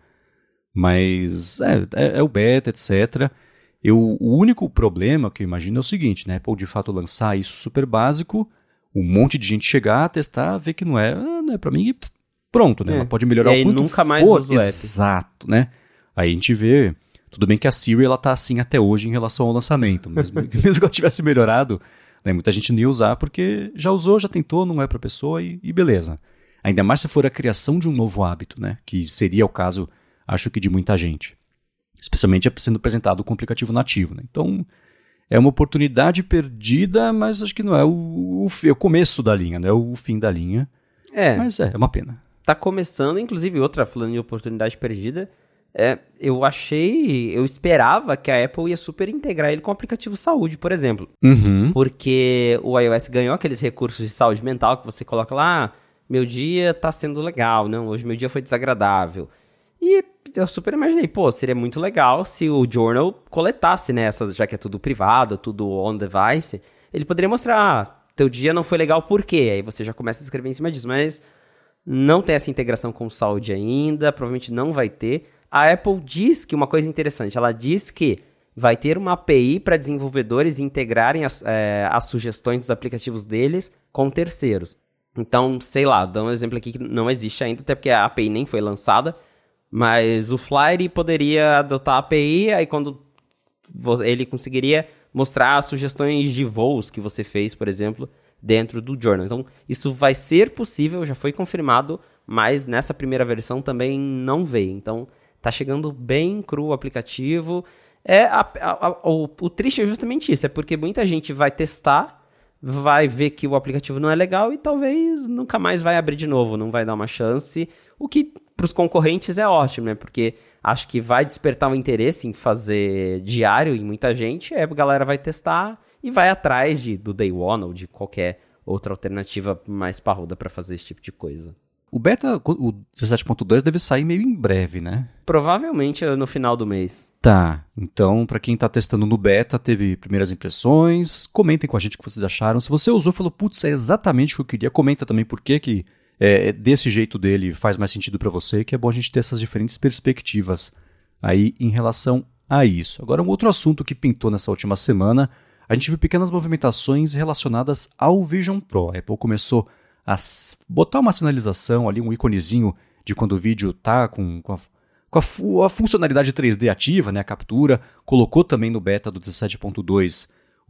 Mas é, é, é o beta, etcétera. Eu, o único problema que eu imagino é o seguinte, né? A Apple de fato lançar isso super básico, um monte de gente chegar, testar, ver que não é, não é pra mim, e pronto, né? É. Ela pode melhorar E aí o quanto nunca mais for. usa o app. Exato, né? Aí a gente vê, tudo bem que a Siri ela tá assim até hoje em relação ao lançamento, mas mesmo que ela tivesse melhorado, né, muita gente não ia usar porque já usou, já tentou, não é pra pessoa e, e beleza. Ainda mais se for a criação de um novo hábito, né? Que seria o caso, acho que de muita gente. Especialmente sendo apresentado com o aplicativo nativo, né? Então, é uma oportunidade perdida, mas acho que não é o, o, o começo da linha, não é o fim da linha. É. Mas é, é uma pena. Tá começando, inclusive outra, falando de oportunidade perdida, é, eu achei, eu esperava que a Apple ia super integrar ele com o aplicativo saúde, por exemplo. Uhum. Porque o iOS ganhou aqueles recursos de saúde mental que você coloca lá, ah, meu dia tá sendo legal, não, hoje meu dia foi desagradável. E eu super imaginei, pô, seria muito legal se o Journal coletasse, né, essas, já que é tudo privado, tudo on-device, ele poderia mostrar, ah, teu dia não foi legal por quê? Aí você já começa a escrever em cima disso, mas não tem essa integração com saúde ainda, provavelmente não vai ter. A Apple diz que uma coisa interessante, ela diz que vai ter uma A P I para desenvolvedores integrarem as, é, as sugestões dos aplicativos deles com terceiros. Então, sei lá, dá um exemplo aqui que não existe ainda, até porque a A P I nem foi lançada, mas o Flyer poderia adotar a A P I, aí quando ele conseguiria mostrar as sugestões de voos que você fez, por exemplo, dentro do Journal. Então, isso vai ser possível, já foi confirmado, mas nessa primeira versão também não veio. Então, tá chegando bem cru o aplicativo. É a, a, a, o, o triste é justamente isso, é porque muita gente vai testar, vai ver que o aplicativo não é legal e talvez nunca mais vai abrir de novo, não vai dar uma chance, o que para os concorrentes é ótimo, né? Porque acho que vai despertar um interesse em fazer diário em muita gente, aí a galera vai testar e vai atrás de, do Day One ou de qualquer outra alternativa mais parruda para fazer esse tipo de coisa. O beta, o dezessete ponto dois deve sair meio em breve, né? Provavelmente no final do mês. Tá, então pra quem tá testando no beta, teve primeiras impressões, comentem com a gente o que vocês acharam. Se você usou e falou, putz, é exatamente o que eu queria, comenta também por que que é, desse jeito dele faz mais sentido pra você, que é bom a gente ter essas diferentes perspectivas aí em relação a isso. Agora, um outro assunto que pintou nessa última semana, a gente viu pequenas movimentações relacionadas ao Vision Pro. A Apple começou a botar uma sinalização ali, um íconezinho de quando o vídeo tá com, com, a, com a, a funcionalidade três D ativa, né, a captura, colocou também no beta do dezessete ponto dois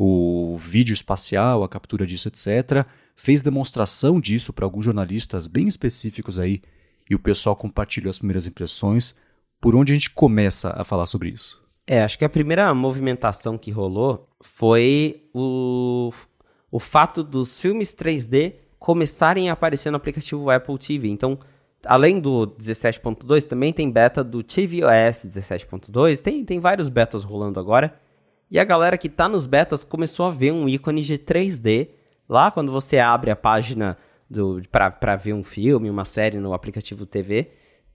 o vídeo espacial, a captura disso, etcétera. Fez demonstração disso para alguns jornalistas bem específicos aí e o pessoal compartilhou as primeiras impressões. Por onde a gente começa a falar sobre isso? É, acho que a primeira movimentação que rolou foi o, o fato dos filmes três D começarem a aparecer no aplicativo Apple T V. Então, além do dezessete ponto dois, também tem beta do tvOS dezessete ponto dois. Tem, tem vários betas rolando agora. E a galera que tá nos betas começou a ver um ícone de três D. Lá, quando você abre a página para ver um filme, uma série no aplicativo T V.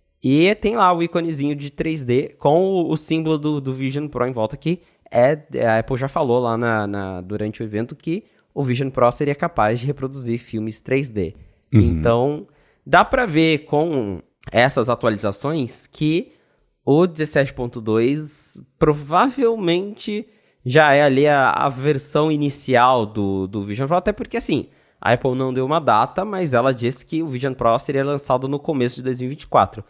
E tem lá o íconezinho de três D com o, o símbolo do, do Vision Pro em volta, que é, a Apple já falou lá na, na, durante o evento que o Vision Pro seria capaz de reproduzir filmes três D. Uhum. Então, dá para ver com essas atualizações que o dezessete ponto dois provavelmente já é ali a, a versão inicial do, do Vision Pro, até porque, assim, a Apple não deu uma data, mas ela disse que o Vision Pro seria lançado no começo de dois mil e vinte e quatro.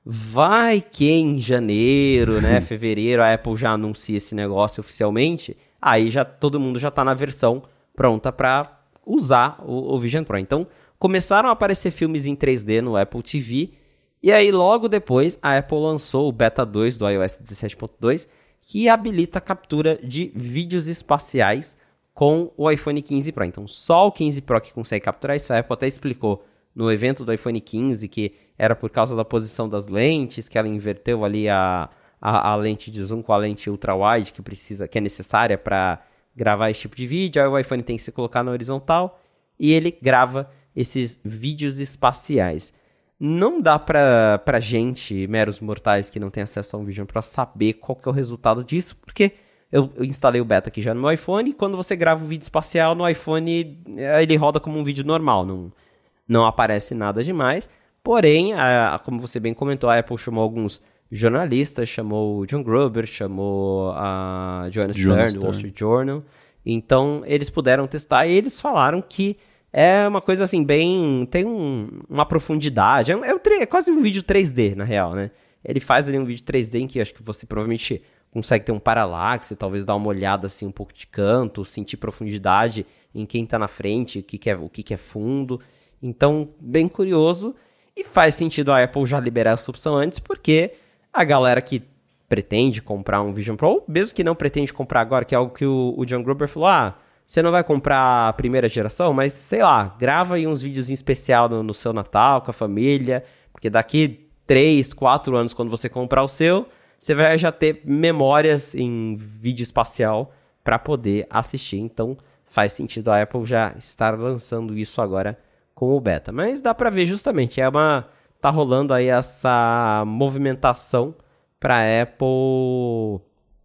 vai que em janeiro, né, fevereiro, a Apple já anuncia esse negócio oficialmente, aí já todo mundo já tá na versão pronta para usar o, o Vision Pro. Então, começaram a aparecer filmes em três D no Apple T V, e aí logo depois a Apple lançou o Beta dois do iOS dezessete ponto dois, que habilita a captura de vídeos espaciais com o iPhone quinze Pro. Então, só o quinze Pro que consegue capturar isso. A Apple até explicou no evento do iPhone quinze que era por causa da posição das lentes, que ela inverteu ali a, a, a lente de zoom com a lente ultra-wide que, precisa, que é necessária para gravar esse tipo de vídeo. Aí o iPhone tem que se colocar na horizontal e ele grava esses vídeos espaciais. Não dá pra, pra gente, meros mortais que não tem acesso a um Vision Pro, saber qual que é o resultado disso, porque eu, eu instalei o beta aqui já no meu iPhone, e quando você grava um vídeo espacial no iPhone, ele roda como um vídeo normal, não, não aparece nada demais. Porém, a, como você bem comentou, a Apple chamou alguns jornalistas, chamou o John Gruber, chamou a Joanna Stern, do Wall Street Journal, então eles puderam testar e eles falaram que é uma coisa assim, bem... tem um, uma profundidade. É, um, é, um, é quase um vídeo três D, na real, né? Ele faz ali um vídeo três D em que acho que você provavelmente consegue ter um paralaxe, talvez dar uma olhada assim um pouco de canto, sentir profundidade em quem tá na frente, o que, que, é, o que, que é fundo. Então, bem curioso. E faz sentido a Apple já liberar essa opção antes, porque a galera que pretende comprar um Vision Pro, ou mesmo que não pretende comprar agora, que é algo que o, o John Gruber falou, ah... você não vai comprar a primeira geração, mas, sei lá, grava aí uns vídeos em especial no, no seu Natal, com a família, porque daqui três, quatro anos, quando você comprar o seu, você vai já ter memórias em vídeo espacial para poder assistir. Então, faz sentido a Apple já estar lançando isso agora com o beta. Mas dá para ver justamente, é uma, tá rolando aí essa movimentação para a Apple,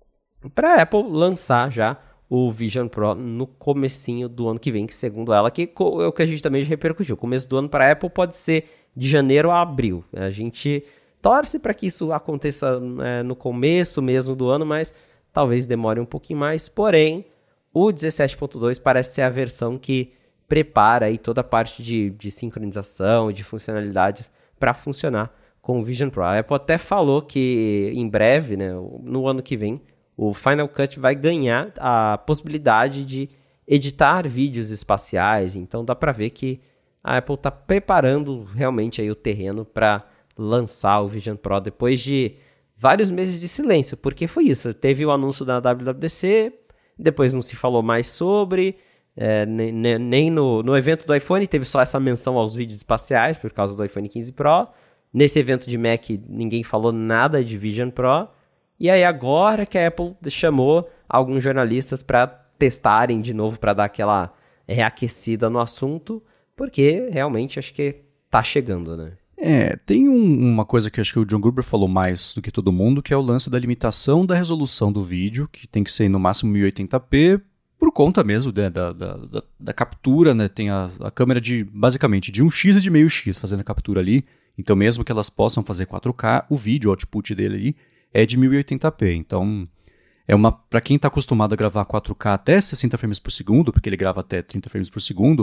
para Apple lançar já o Vision Pro no comecinho do ano que vem, que segundo ela, que é o que a gente também já repercutiu. O começo do ano para a Apple pode ser de janeiro a abril. A gente torce para que isso aconteça é, no começo mesmo do ano, mas talvez demore um pouquinho mais. Porém, o dezessete ponto dois parece ser a versão que prepara aí toda a parte de, de sincronização, de funcionalidades para funcionar com o Vision Pro. A Apple até falou que em breve, né, no ano que vem, o Final Cut vai ganhar a possibilidade de editar vídeos espaciais. Então dá para ver que a Apple está preparando realmente aí o terreno para lançar o Vision Pro depois de vários meses de silêncio. Porque foi isso, teve o anúncio da W W D C, depois não se falou mais sobre, é, nem, nem no, no evento do iPhone teve só essa menção aos vídeos espaciais por causa do iPhone quinze Pro. Nesse evento de Mac ninguém falou nada de Vision Pro. E aí agora que a Apple chamou alguns jornalistas para testarem de novo, para dar aquela reaquecida no assunto, porque realmente acho que tá chegando, né? É, tem um, uma coisa que acho que o John Gruber falou mais do que todo mundo, que é o lance da limitação da resolução do vídeo, que tem que ser no máximo mil e oitenta p, por conta mesmo né, da, da, da, da captura, né? Tem a, a câmera de, basicamente, de um x e de meio x fazendo a captura ali, então mesmo que elas possam fazer quatro K, o vídeo, o output dele ali, é de mil e oitenta p, então é uma para quem está acostumado a gravar quatro K até sessenta frames por segundo, porque ele grava até trinta frames por segundo,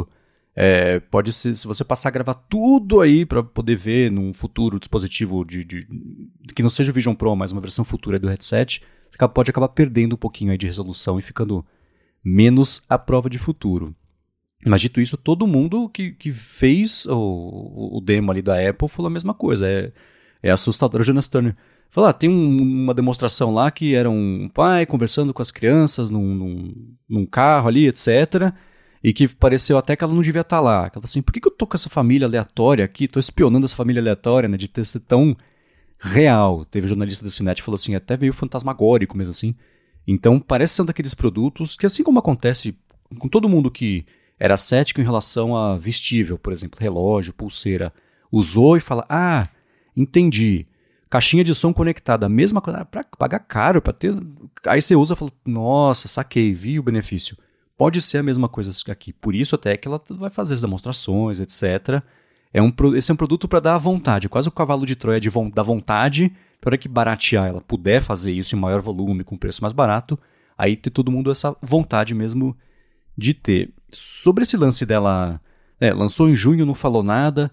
é, pode ser, se você passar a gravar tudo aí para poder ver num futuro dispositivo de, de, que não seja o Vision Pro, mas uma versão futura do headset, pode acabar perdendo um pouquinho aí de resolução e ficando menos à prova de futuro. Mas dito isso, todo mundo que, que fez o, o demo ali da Apple falou a mesma coisa, é, é assustador. O Jonas Turner falou, ah, tem um, uma demonstração lá que era um pai conversando com as crianças num, num, num carro ali, etcétera. E que pareceu até que ela não devia estar lá. Ela falou assim, por que, que eu tô com essa família aleatória aqui? Tô espionando essa família aleatória, né? De ter sido tão real. Teve um jornalista do Cinet que falou assim, até veio fantasmagórico mesmo assim. Então parece ser um daqueles produtos que, assim como acontece com todo mundo que era cético em relação a vestível, por exemplo, relógio, pulseira, usou e fala, ah, entendi. Caixinha de som conectada, a mesma coisa, para pagar caro, para ter. Aí você usa e fala, nossa, saquei, vi o benefício. Pode ser a mesma coisa aqui. Por isso até que ela vai fazer as demonstrações, etcétera. É um, esse é um produto para dar à vontade, quase o cavalo de Troia de vo, da vontade, para hora que baratear ela puder fazer isso em maior volume, com preço mais barato, aí ter todo mundo essa vontade mesmo de ter. Sobre esse lance dela, é, lançou em junho, não falou nada.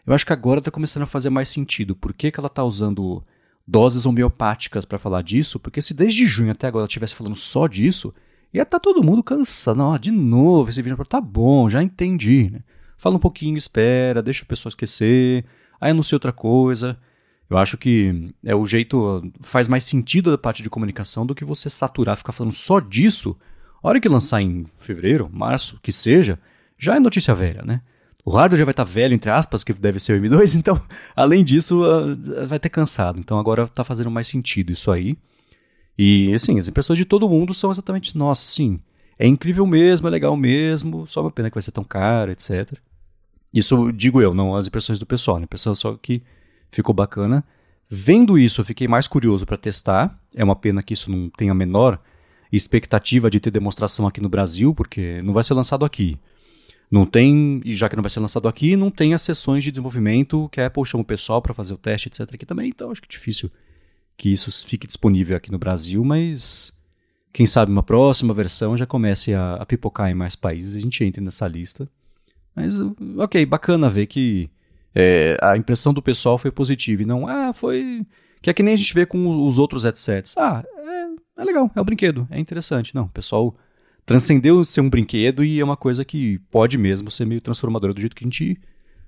Eu acho que agora está começando a fazer mais sentido. Por que, que ela está usando doses homeopáticas para falar disso? Porque se desde junho até agora ela estivesse falando só disso, ia estar tá todo mundo cansado. Não, de novo, esse vídeo tá bom, já entendi. Né? Fala um pouquinho, espera, deixa o pessoal esquecer, aí anuncia outra coisa. Eu acho que é o jeito, faz mais sentido da parte de comunicação do que você saturar, ficar falando só disso. A hora que lançar em fevereiro, março, que seja, já é notícia velha, né? O hardware já vai estar velho, entre aspas, que deve ser o M dois, então, além disso, uh, vai ter cansado. Então agora está fazendo mais sentido isso aí. E, assim, as impressões de todo mundo são exatamente, nossa, assim, é incrível mesmo, é legal mesmo, só uma pena que vai ser tão caro, etcétera. Isso digo eu, não as impressões do pessoal, né? A impressão só que ficou bacana. Vendo isso, eu fiquei mais curioso para testar. É uma pena que isso não tenha a menor expectativa de ter demonstração aqui no Brasil, porque não vai ser lançado aqui. Não tem, e já que não vai ser lançado aqui, não tem as sessões de desenvolvimento que a Apple chama o pessoal para fazer o teste, etcétera aqui também, então acho que é difícil que isso fique disponível aqui no Brasil, mas quem sabe uma próxima versão já comece a, a pipocar em mais países e a gente entre nessa lista. Mas, ok, bacana ver que é, a impressão do pessoal foi positiva e não, ah, foi... Que é que nem a gente vê com os outros headsets. Ah, é, é legal, é um brinquedo, é interessante. Não, o pessoal transcendeu ser um brinquedo e é uma coisa que pode mesmo ser meio transformadora do jeito que a gente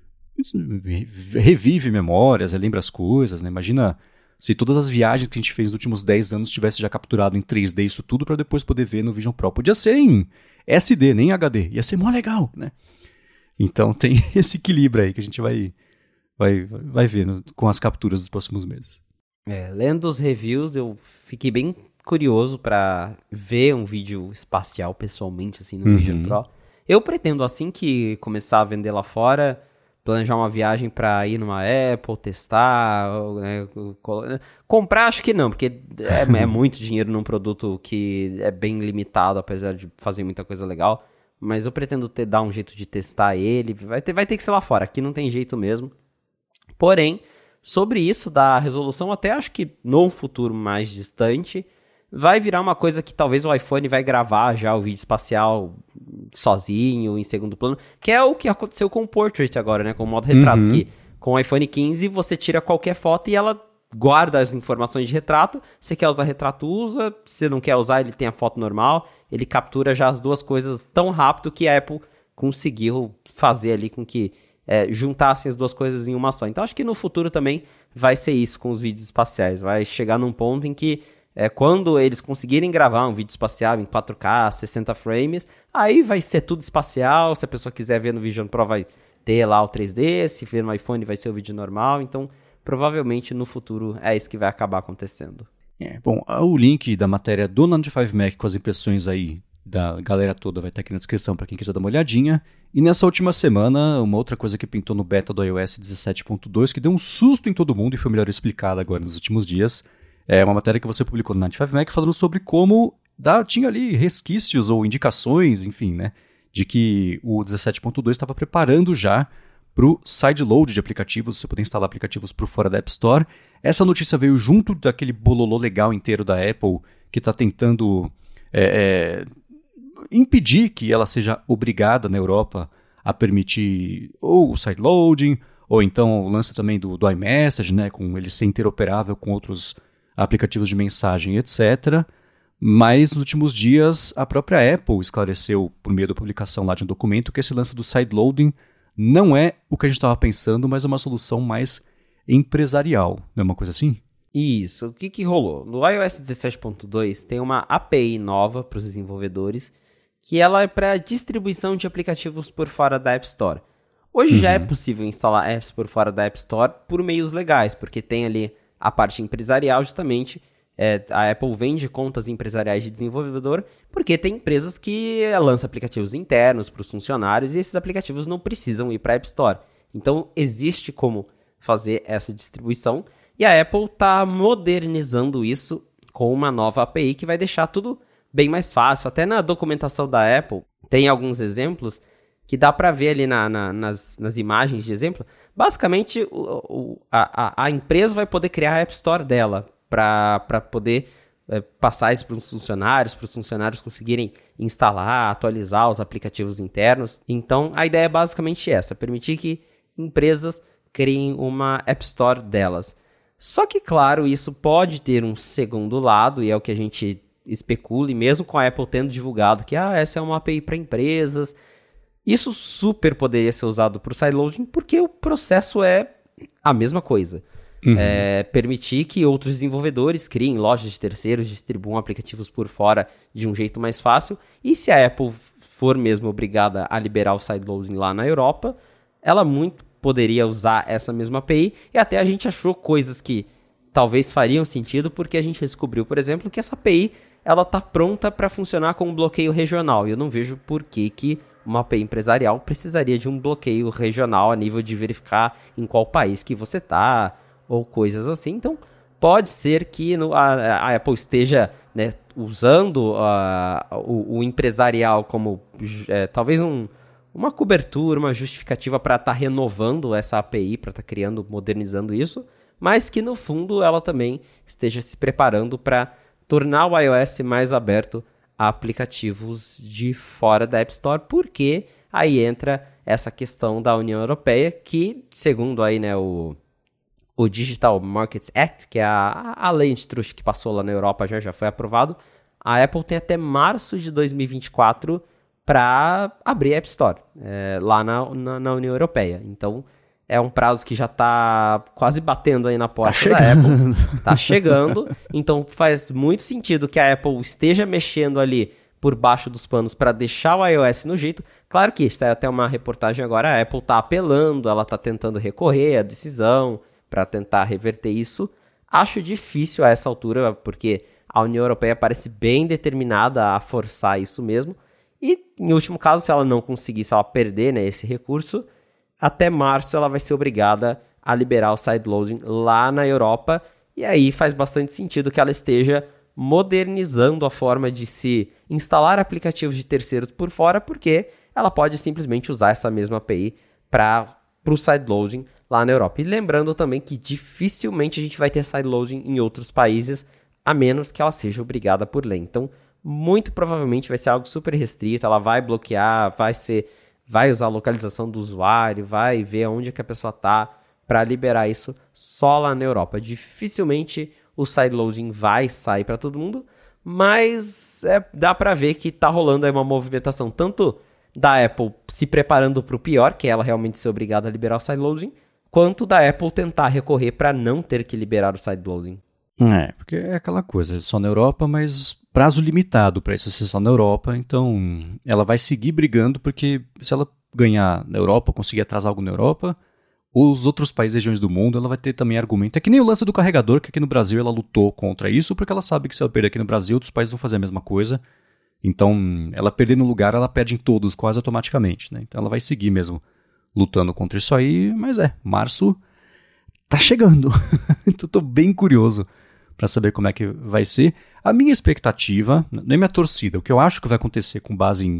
revive memórias, lembra as coisas, né? Imagina se todas as viagens que a gente fez nos últimos dez anos tivesse já capturado em três D isso tudo para depois poder ver no Vision Pro. Podia ser em S D, nem H D. Ia ser mó legal, né? Então tem esse equilíbrio aí que a gente vai, vai, vai ver no, com as capturas dos próximos meses. É, lendo os reviews, eu fiquei bem curioso para ver um vídeo espacial pessoalmente, assim, no uhum. Vision Pro. Eu pretendo, assim que começar a vender lá fora, planejar uma viagem para ir numa Apple, testar, né, comprar acho que não, porque é, é muito dinheiro num produto que é bem limitado, apesar de fazer muita coisa legal. Mas eu pretendo ter, dar um jeito de testar ele, vai ter, vai ter que ser lá fora, aqui não tem jeito mesmo. Porém, sobre isso da resolução, até acho que no futuro mais distante, vai virar uma coisa que talvez o iPhone vai gravar já o vídeo espacial sozinho, em segundo plano, que é o que aconteceu com o Portrait agora, né, com o modo retrato, uhum. que com o iPhone quinze você tira qualquer foto e ela guarda as informações de retrato, você quer usar retrato, usa, se não quer usar, ele tem a foto normal, ele captura já as duas coisas tão rápido que a Apple conseguiu fazer ali com que é, juntassem as duas coisas em uma só. Então acho que no futuro também vai ser isso com os vídeos espaciais, vai chegar num ponto em que É, quando eles conseguirem gravar um vídeo espacial em quatro K, sessenta frames, aí vai ser tudo espacial. Se a pessoa quiser ver no Vision Pro, vai ter lá o três D. Se ver no iPhone, vai ser o vídeo normal. Então, provavelmente, no futuro, é isso que vai acabar acontecendo. É, bom, o link da matéria do noventa e cinco Mac com as impressões aí da galera toda vai estar aqui na descrição para quem quiser dar uma olhadinha. E nessa última semana, uma outra coisa que pintou no beta do iOS dezessete ponto dois, que deu um susto em todo mundo e foi melhor explicada agora nos últimos dias, é uma matéria que você publicou no noventa e cinco Mac falando sobre como dá, tinha ali resquícios ou indicações, enfim, né, de que o dezessete ponto dois estava preparando já para o sideload de aplicativos, você poder instalar aplicativos por fora da App Store. Essa notícia veio junto daquele bololô legal inteiro da Apple que está tentando é, é, impedir que ela seja obrigada na Europa a permitir ou o sideloading, ou então o lance também do, do iMessage, né, com ele ser interoperável com outros aplicativos de mensagem, etcétera. Mas nos últimos dias a própria Apple esclareceu por meio da publicação lá de um documento que esse lance do sideloading não é o que a gente estava pensando, mas é uma solução mais empresarial. Não é uma coisa assim? Isso. O que, que rolou? No iOS dezessete ponto dois tem uma A P I nova para os desenvolvedores que ela é para distribuição de aplicativos por fora da App Store. Hoje uhum. já é possível instalar apps por fora da App Store por meios legais, porque tem ali a parte empresarial, justamente, é, a Apple vende contas empresariais de desenvolvedor, porque tem empresas que lançam aplicativos internos para os funcionários e esses aplicativos não precisam ir para a App Store. Então, existe como fazer essa distribuição e a Apple está modernizando isso com uma nova A P I que vai deixar tudo bem mais fácil. Até na documentação da Apple tem alguns exemplos que dá para ver ali na, na, nas, nas imagens de exemplo. Basicamente, o, o, a, a empresa vai poder criar a App Store dela para poder é, passar isso para os funcionários, para os funcionários conseguirem instalar, atualizar os aplicativos internos. Então, a ideia é basicamente essa, permitir que empresas criem uma App Store delas. Só que, claro, isso pode ter um segundo lado, e é o que a gente especula, e mesmo com a Apple tendo divulgado que ah, essa é uma A P I para empresas, isso super poderia ser usado para o sideloading, porque o processo é a mesma coisa. Uhum. É, permitir que outros desenvolvedores criem lojas de terceiros, distribuam aplicativos por fora de um jeito mais fácil, e se a Apple for mesmo obrigada a liberar o sideloading lá na Europa, ela muito poderia usar essa mesma A P I, e até a gente achou coisas que talvez fariam sentido, porque a gente descobriu, por exemplo, que essa A P I ela está pronta para funcionar com um bloqueio regional, e eu não vejo por que, que uma A P I empresarial precisaria de um bloqueio regional a nível de verificar em qual país que você está, ou coisas assim. Então, pode ser que no, a, a Apple esteja, né, usando uh, o, o empresarial como é, talvez um, uma cobertura, uma justificativa para estar tá renovando essa A P I, para estar tá criando, modernizando isso, mas que no fundo ela também esteja se preparando para tornar o iOS mais aberto a aplicativos de fora da App Store, porque aí entra essa questão da União Europeia, que segundo aí, né, o O Digital Markets Act, que é a, a lei antitruste que passou lá na Europa, já, já foi aprovado, a Apple tem até março de dois mil e vinte e quatro para abrir a App Store é, lá na, na, na União Europeia. Então, é um prazo que já está quase batendo aí na porta tá da Apple. Está chegando. Então, faz muito sentido que a Apple esteja mexendo ali por baixo dos panos para deixar o iOS no jeito. Claro que isso é até uma reportagem agora, a Apple está apelando, ela está tentando recorrer à decisão para tentar reverter isso. Acho difícil a essa altura, porque a União Europeia parece bem determinada a forçar isso mesmo. E, em último caso, se ela não conseguir, se ela perder, né, esse recurso, até março ela vai ser obrigada a liberar o sideloading lá na Europa. E aí faz bastante sentido que ela esteja modernizando a forma de se instalar aplicativos de terceiros por fora, porque ela pode simplesmente usar essa mesma A P I para o sideloading lá na Europa. E lembrando também que dificilmente a gente vai ter sideloading em outros países, a menos que ela seja obrigada por lei. Então, muito provavelmente vai ser algo super restrito, ela vai bloquear, vai ser, vai usar a localização do usuário, vai ver onde é que a pessoa está para liberar isso só lá na Europa. Dificilmente o sideloading vai sair para todo mundo, mas é, dá para ver que está rolando aí uma movimentação tanto da Apple se preparando para o pior, que é ela realmente ser obrigada a liberar o sideloading, quanto da Apple tentar recorrer para não ter que liberar o sideloading. É, porque é aquela coisa, só na Europa, mas prazo limitado para isso ser só na Europa, então ela vai seguir brigando, porque se ela ganhar na Europa, conseguir atrasar algo na Europa, os outros países e regiões do mundo, ela vai ter também argumento. É que nem o lance do carregador, que aqui no Brasil ela lutou contra isso, porque ela sabe que se ela perder aqui no Brasil, outros países vão fazer a mesma coisa. Então, ela perder no lugar, ela perde em todos, quase automaticamente, né? Então ela vai seguir mesmo lutando contra isso aí, mas é, março tá chegando. Então tô bem curioso para saber como é que vai ser. A minha expectativa, nem minha torcida, o que eu acho que vai acontecer com base em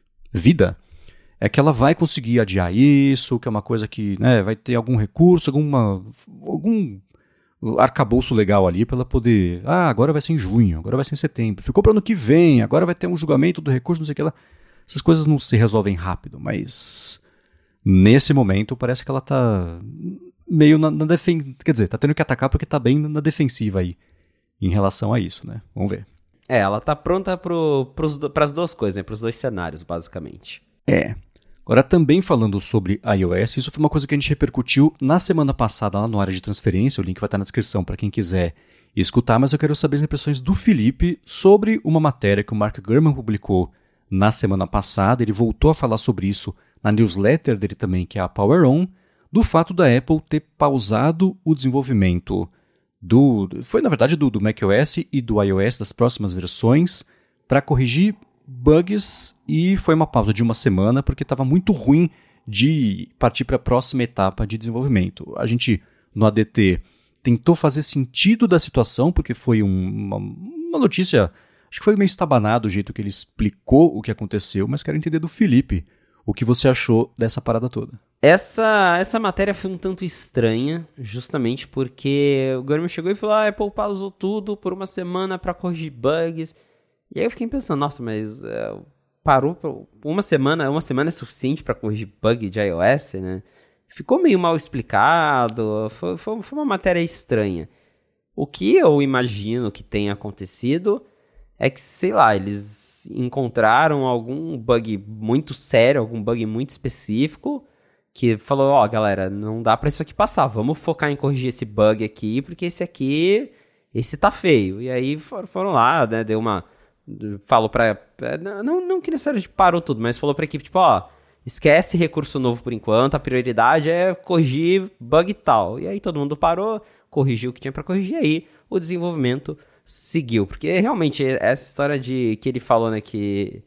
vida, é que ela vai conseguir adiar isso, que é uma coisa que, né, vai ter algum recurso, alguma, algum arcabouço legal ali para ela poder, ah, agora vai ser em junho, agora vai ser em setembro, ficou para ano que vem, agora vai ter um julgamento do recurso, não sei o que lá. Essas coisas não se resolvem rápido, mas nesse momento parece que ela tá meio na, na defensiva, quer dizer, tá tendo que atacar porque tá bem na defensiva aí em relação a isso, né? Vamos ver. É, ela tá pronta para as duas coisas, né? Para os dois cenários, basicamente. É. Agora, também falando sobre iOS, isso foi uma coisa que a gente repercutiu na semana passada lá no Área de Transferência, o link vai estar na descrição para quem quiser escutar, mas eu quero saber as impressões do Felipe sobre uma matéria que o Mark Gurman publicou na semana passada. Ele voltou a falar sobre isso na newsletter dele também, que é a Power On, do fato da Apple ter pausado o desenvolvimento do... Foi, na verdade, do, do macOS e do iOS das próximas versões para corrigir bugs, e foi uma pausa de uma semana porque estava muito ruim de partir para a próxima etapa de desenvolvimento. A gente, no A D T, tentou fazer sentido da situação, porque foi um, uma, uma notícia, acho que foi meio estabanado o jeito que ele explicou o que aconteceu, mas quero entender do Felipe o que você achou dessa parada toda. Essa, essa matéria foi um tanto estranha, justamente porque o Gurman chegou e falou, ah, a Apple pausou tudo por uma semana para corrigir bugs. E aí eu fiquei pensando, nossa, mas é, parou por uma semana, uma semana é suficiente para corrigir bug de iOS, né? ficou meio mal explicado, foi, foi, foi uma matéria estranha. O que eu imagino que tenha acontecido é que, sei lá, eles encontraram algum bug muito sério, algum bug muito específico, que falou, ó, oh, galera, não dá pra isso aqui passar, vamos focar em corrigir esse bug aqui, porque esse aqui, esse tá feio. E aí foram, foram lá, né, deu uma... Falou pra... Não, não que necessariamente parou tudo, mas falou pra equipe, tipo, ó, esquece recurso novo por enquanto, a prioridade é corrigir bug tal. E aí todo mundo parou, corrigiu o que tinha pra corrigir, aí o desenvolvimento seguiu. Porque realmente essa história de que ele falou, né, que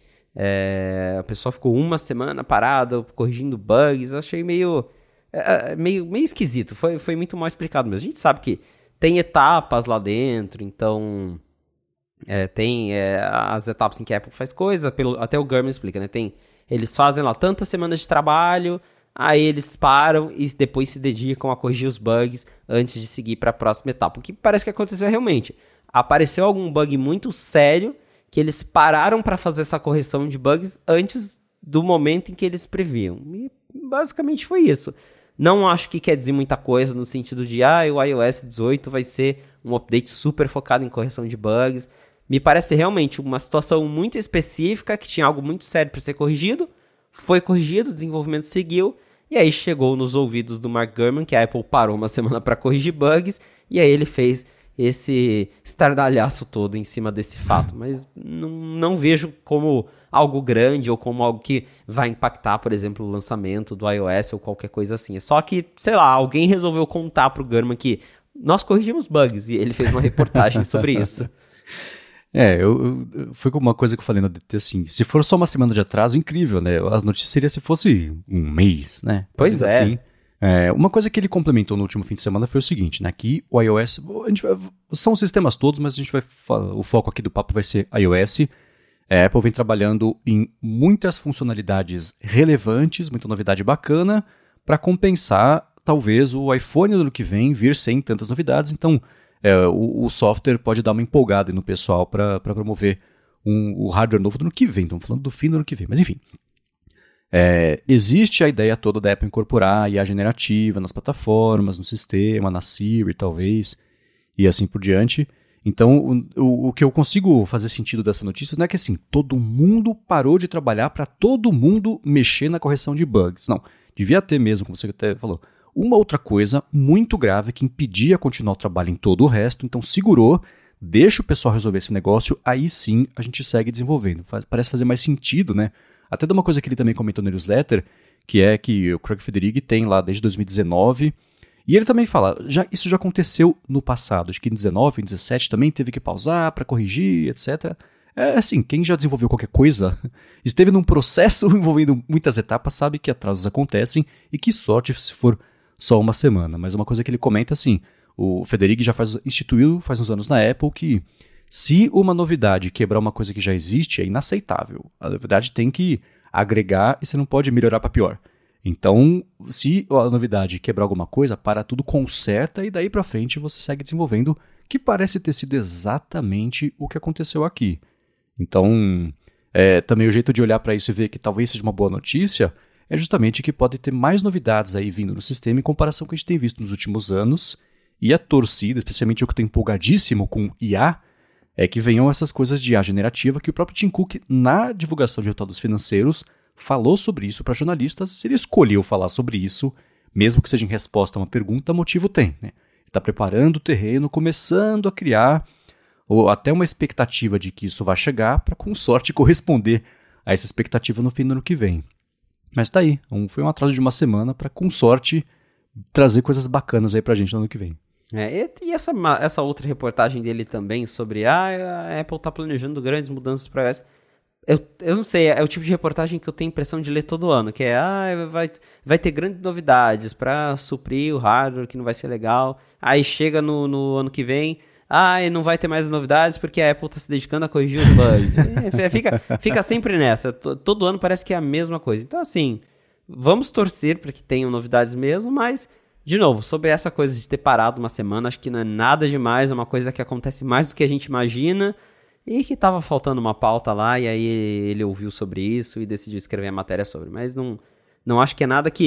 é, a pessoa ficou uma semana parada corrigindo bugs, eu achei meio, é, meio, meio esquisito. Foi, foi muito mal explicado mesmo. A gente sabe que tem etapas lá dentro, então... É, tem é, as etapas em que a Apple faz coisa, pelo, até o Gurman explica, né? Tem, eles fazem lá tantas semanas de trabalho, aí eles param e depois se dedicam a corrigir os bugs antes de seguir para a próxima etapa. O que parece que aconteceu realmente. Apareceu algum bug muito sério que eles pararam para fazer essa correção de bugs antes do momento em que eles previam. E basicamente foi isso. Não acho que quer dizer muita coisa no sentido de ah, o iOS dezoito vai ser um update super focado em correção de bugs. Me parece realmente uma situação muito específica, que tinha algo muito sério para ser corrigido, foi corrigido, o desenvolvimento seguiu, e aí chegou nos ouvidos do Mark Gurman, que a Apple parou uma semana para corrigir bugs, e aí ele fez esse estardalhaço todo em cima desse fato. Mas não, não vejo como algo grande ou como algo que vai impactar, por exemplo, o lançamento do iOS ou qualquer coisa assim. É só que, sei lá, alguém resolveu contar pro Gurman que nós corrigimos bugs, e ele fez uma reportagem sobre isso. É, eu, eu, foi uma coisa que eu falei no D T, assim, se for só uma semana de atraso, incrível, né? As notícias seriam se fosse um mês, né? Pois Mas, é. Assim, é. Uma coisa que ele complementou no último fim de semana foi o seguinte, né? Que o iOS, a gente vai, são os sistemas todos, mas a gente vai, o foco aqui do papo vai ser iOS. A Apple vem trabalhando em muitas funcionalidades relevantes, muita novidade bacana, para compensar, talvez, o iPhone do ano que vem vir sem tantas novidades, então... É, o, o software pode dar uma empolgada no pessoal para promover um, o hardware novo do ano que vem. Estamos falando do fim do ano que vem, mas enfim. É, existe a ideia toda da Apple incorporar I A generativa nas plataformas, no sistema, na Siri talvez, e assim por diante. Então, o, o, o que eu consigo fazer sentido dessa notícia não é que assim, todo mundo parou de trabalhar para todo mundo mexer na correção de bugs. Não, devia ter mesmo, como você até falou, uma outra coisa muito grave que impedia continuar o trabalho em todo o resto, então segurou, deixa o pessoal resolver esse negócio, aí sim a gente segue desenvolvendo. Faz, parece fazer mais sentido, né? Até de uma coisa que ele também comentou no newsletter, que é que o Craig Federighi tem lá desde dois mil e dezenove, e ele também fala, já, isso já aconteceu no passado, acho que em dezenove, em dezessete também teve que pausar para corrigir, etcétera. É assim, quem já desenvolveu qualquer coisa, esteve num processo envolvendo muitas etapas, sabe que atrasos acontecem, e que sorte se for só uma semana. Mas uma coisa que ele comenta assim, o Federighi já faz, instituiu faz uns anos na Apple que se uma novidade quebrar uma coisa que já existe, é inaceitável. A novidade tem que agregar e você não pode melhorar para pior. Então, se a novidade quebrar alguma coisa, para tudo, conserta e daí para frente você segue desenvolvendo, que parece ter sido exatamente o que aconteceu aqui. Então, é, também o jeito de olhar para isso e ver que talvez seja uma boa notícia é justamente que pode ter mais novidades aí vindo no sistema em comparação com o que a gente tem visto nos últimos anos. E a torcida, especialmente eu que estou empolgadíssimo com I A, é que venham essas coisas de I A generativa que o próprio Tim Cook, na divulgação de resultados financeiros, falou sobre isso para jornalistas. Se ele escolheu falar sobre isso, mesmo que seja em resposta a uma pergunta, motivo tem, né? Ele está preparando o terreno, começando a criar ou até uma expectativa de que isso vai chegar para, com sorte, corresponder a essa expectativa no fim do ano que vem. Mas tá aí, um, foi um atraso de uma semana para, com sorte, trazer coisas bacanas aí pra gente no ano que vem. É, e essa, essa outra reportagem dele também sobre ah, a Apple tá planejando grandes mudanças para iOS. Eu, eu não sei, é o tipo de reportagem que eu tenho a impressão de ler todo ano, que é, ah, vai, vai ter grandes novidades para suprir o hardware, que não vai ser legal. Aí chega no, no ano que vem, ah, e não vai ter mais novidades porque a Apple está se dedicando a corrigir os bugs. É, fica, fica sempre nessa. Todo ano parece que é a mesma coisa. Então, assim, vamos torcer para que tenham novidades mesmo, mas, de novo, sobre essa coisa de ter parado uma semana, acho que não é nada demais, é uma coisa que acontece mais do que a gente imagina e que estava faltando uma pauta lá e aí ele ouviu sobre isso e decidiu escrever a matéria sobre. Mas não, não acho que é nada que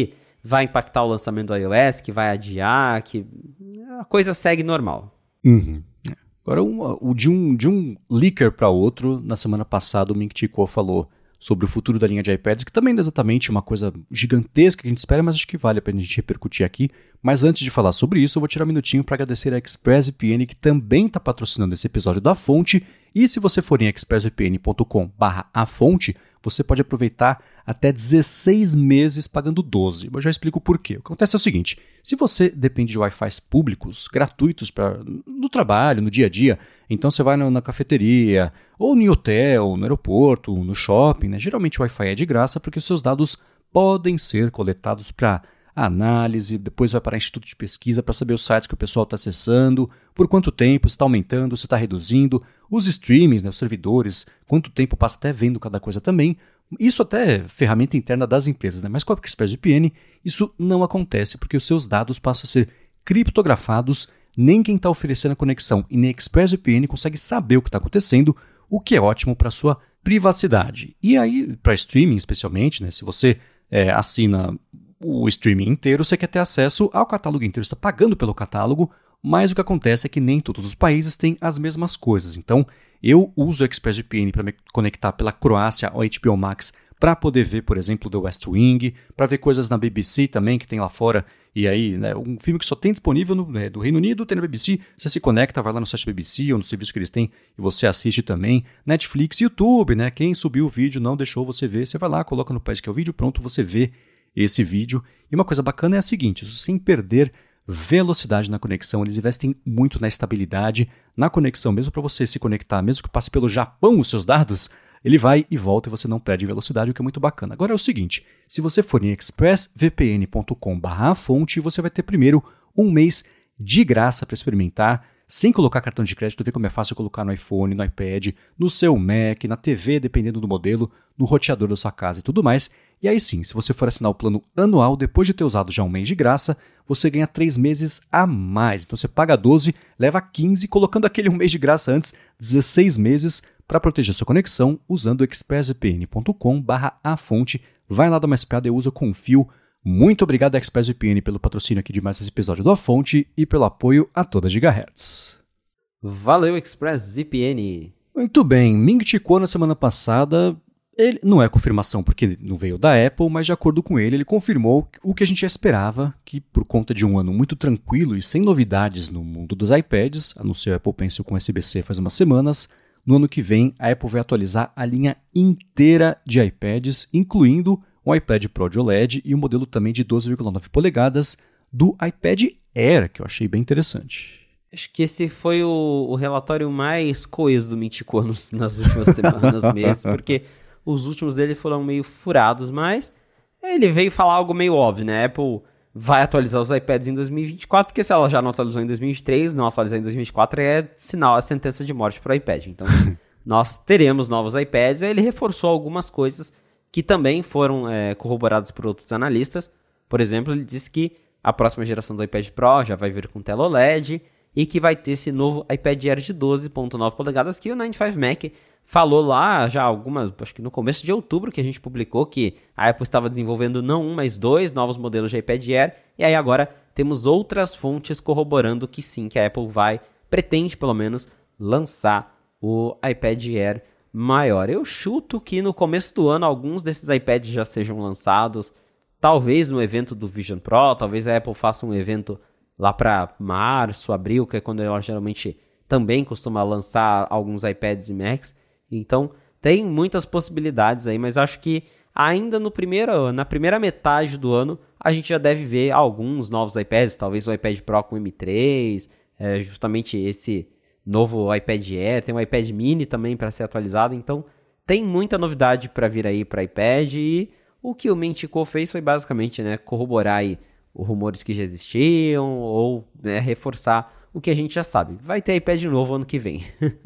vai impactar o lançamento do iOS, que vai adiar, que a coisa segue normal. Uhum. Agora, um, o de um, de um leaker para outro, na semana passada o Ming-Chi Kuo falou sobre o futuro da linha de iPads, que também não é exatamente uma coisa gigantesca que a gente espera, mas acho que vale a pena a gente repercutir aqui. Mas antes de falar sobre isso, eu vou tirar um minutinho para agradecer a ExpressVPN, que também está patrocinando esse episódio da Fonte. E se você for em expressvpn ponto com barra a fonte, você pode aproveitar até dezesseis meses pagando doze. Eu já explico por quê. O que acontece é o seguinte, se você depende de Wi-Fi públicos, gratuitos pra, no trabalho, no dia a dia, então você vai na, na cafeteria, ou no hotel, no aeroporto, no shopping, né? Geralmente o Wi-Fi é de graça porque os seus dados podem ser coletados para análise, depois vai para instituto de pesquisa para saber os sites que o pessoal está acessando, por quanto tempo, se está aumentando, se está reduzindo, os streamings, né, os servidores, quanto tempo passa até vendo cada coisa também. Isso até é ferramenta interna das empresas, né? Mas com a ExpressVPN isso não acontece porque os seus dados passam a ser criptografados, nem quem está oferecendo a conexão e nem a ExpressVPN consegue saber o que está acontecendo, o que é ótimo para a sua privacidade. E aí, para streaming especialmente, né, se você é, assina o streaming inteiro, você quer ter acesso ao catálogo inteiro, você está pagando pelo catálogo, mas o que acontece é que nem todos os países têm as mesmas coisas. Então, eu uso o ExpressVPN para me conectar pela Croácia ao H B O Max para poder ver, por exemplo, The West Wing, para ver coisas na B B C também, que tem lá fora, e aí, né, um filme que só tem disponível no, né, do Reino Unido, tem na B B C, você se conecta, vai lá no site da B B C ou no serviço que eles têm e você assiste também. Netflix, YouTube, né, quem subiu o vídeo não deixou você ver, você vai lá, coloca no país que é o vídeo, pronto, você vê esse vídeo. E uma coisa bacana é a seguinte, sem perder velocidade na conexão, eles investem muito na estabilidade, na conexão, mesmo para você se conectar, mesmo que passe pelo Japão os seus dados, ele vai e volta e você não perde velocidade, o que é muito bacana. Agora é o seguinte, se você for em expressvpn ponto com barra a fonte, você vai ter primeiro um mês de graça para experimentar, sem colocar cartão de crédito, ver como é fácil colocar no iPhone, no iPad, no seu Mac, na T V, dependendo do modelo, no roteador da sua casa e tudo mais. E aí sim, se você for assinar o plano anual, depois de ter usado já um mês de graça, você ganha três meses a mais. Então você paga doze, leva quinze, colocando aquele um mês de graça antes, dezesseis meses, para proteger sua conexão, usando expressvpn ponto com barra a fonte. Vai lá dar uma espiada e usa, eu confio. Muito obrigado, ExpressVPN, pelo patrocínio aqui de mais esse episódio do A Fonte e pelo apoio a toda Gigahertz. Valeu, ExpressVPN! Muito bem, Ming-Chi Kuo na semana passada, ele não é confirmação porque não veio da Apple, mas de acordo com ele, ele confirmou o que a gente já esperava, que por conta de um ano muito tranquilo e sem novidades no mundo dos iPads, anunciou a Apple Pencil com U S B C faz umas semanas, no ano que vem a Apple vai atualizar a linha inteira de iPads, incluindo o iPad Pro de O L E D e o modelo também de doze vírgula nove polegadas do iPad Air, que eu achei bem interessante. Acho que esse foi o, o relatório mais coeso do Ming-Chi Kuo nas últimas semanas, meses, porque os últimos dele foram meio furados, mas ele veio falar algo meio óbvio, né? A Apple vai atualizar os iPads em dois mil e vinte e quatro, porque se ela já não atualizou em dois mil e vinte e três, não atualizar em dois mil e vinte e quatro é sinal, é sentença de morte para o iPad. Então, nós teremos novos iPads. Aí ele reforçou algumas coisas que também foram é, corroboradas por outros analistas. Por exemplo, ele disse que a próxima geração do iPad Pro já vai vir com tela O L E D e que vai ter esse novo iPad Air de doze vírgula nove polegadas que o noventa e cinco Mac falou lá já algumas, acho que no começo de outubro que a gente publicou que a Apple estava desenvolvendo não um, mas dois novos modelos de iPad Air, e aí agora temos outras fontes corroborando que sim, que a Apple vai, pretende pelo menos, lançar o iPad Air maior. Eu chuto que no começo do ano alguns desses iPads já sejam lançados, talvez no evento do Vision Pro, talvez a Apple faça um evento lá para março, abril, que é quando ela geralmente também costuma lançar alguns iPads e Macs. Então tem muitas possibilidades aí, mas acho que ainda no primeiro, na primeira metade do ano a gente já deve ver alguns novos iPads, talvez o iPad Pro com M três, é, justamente esse novo iPad Air, tem um iPad mini também para ser atualizado, então tem muita novidade para vir aí para iPad, e o que o Ming-Chi Kuo fez foi basicamente, né, corroborar aí os rumores que já existiam ou, né, reforçar o que a gente já sabe. Vai ter iPad novo ano que vem.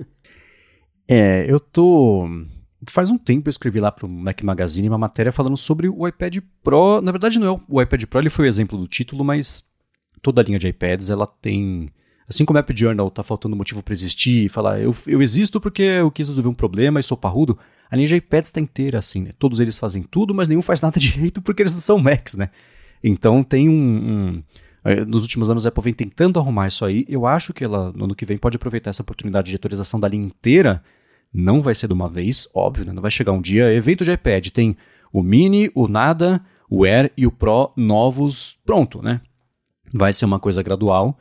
É, eu tô... Faz um tempo eu escrevi lá pro Mac Magazine uma matéria falando sobre o iPad Pro. Na verdade não é o iPad Pro, ele foi o exemplo do título, mas toda a linha de iPads, ela tem... Assim como o App Journal tá faltando motivo para existir e falar eu, eu existo porque eu quis resolver um problema e sou parrudo, a linha de iPads tá inteira assim, né? Todos eles fazem tudo, mas nenhum faz nada direito porque eles não são Macs, né? Então tem um... um nos últimos anos a Apple vem tentando arrumar isso aí. Eu acho que ela, no ano que vem, pode aproveitar essa oportunidade de atualização da linha inteira. Não vai ser de uma vez, óbvio, né? Não vai chegar um dia. Evento de iPad, tem o Mini, o Nada, o Air e o Pro novos, pronto, né? Vai ser uma coisa gradual,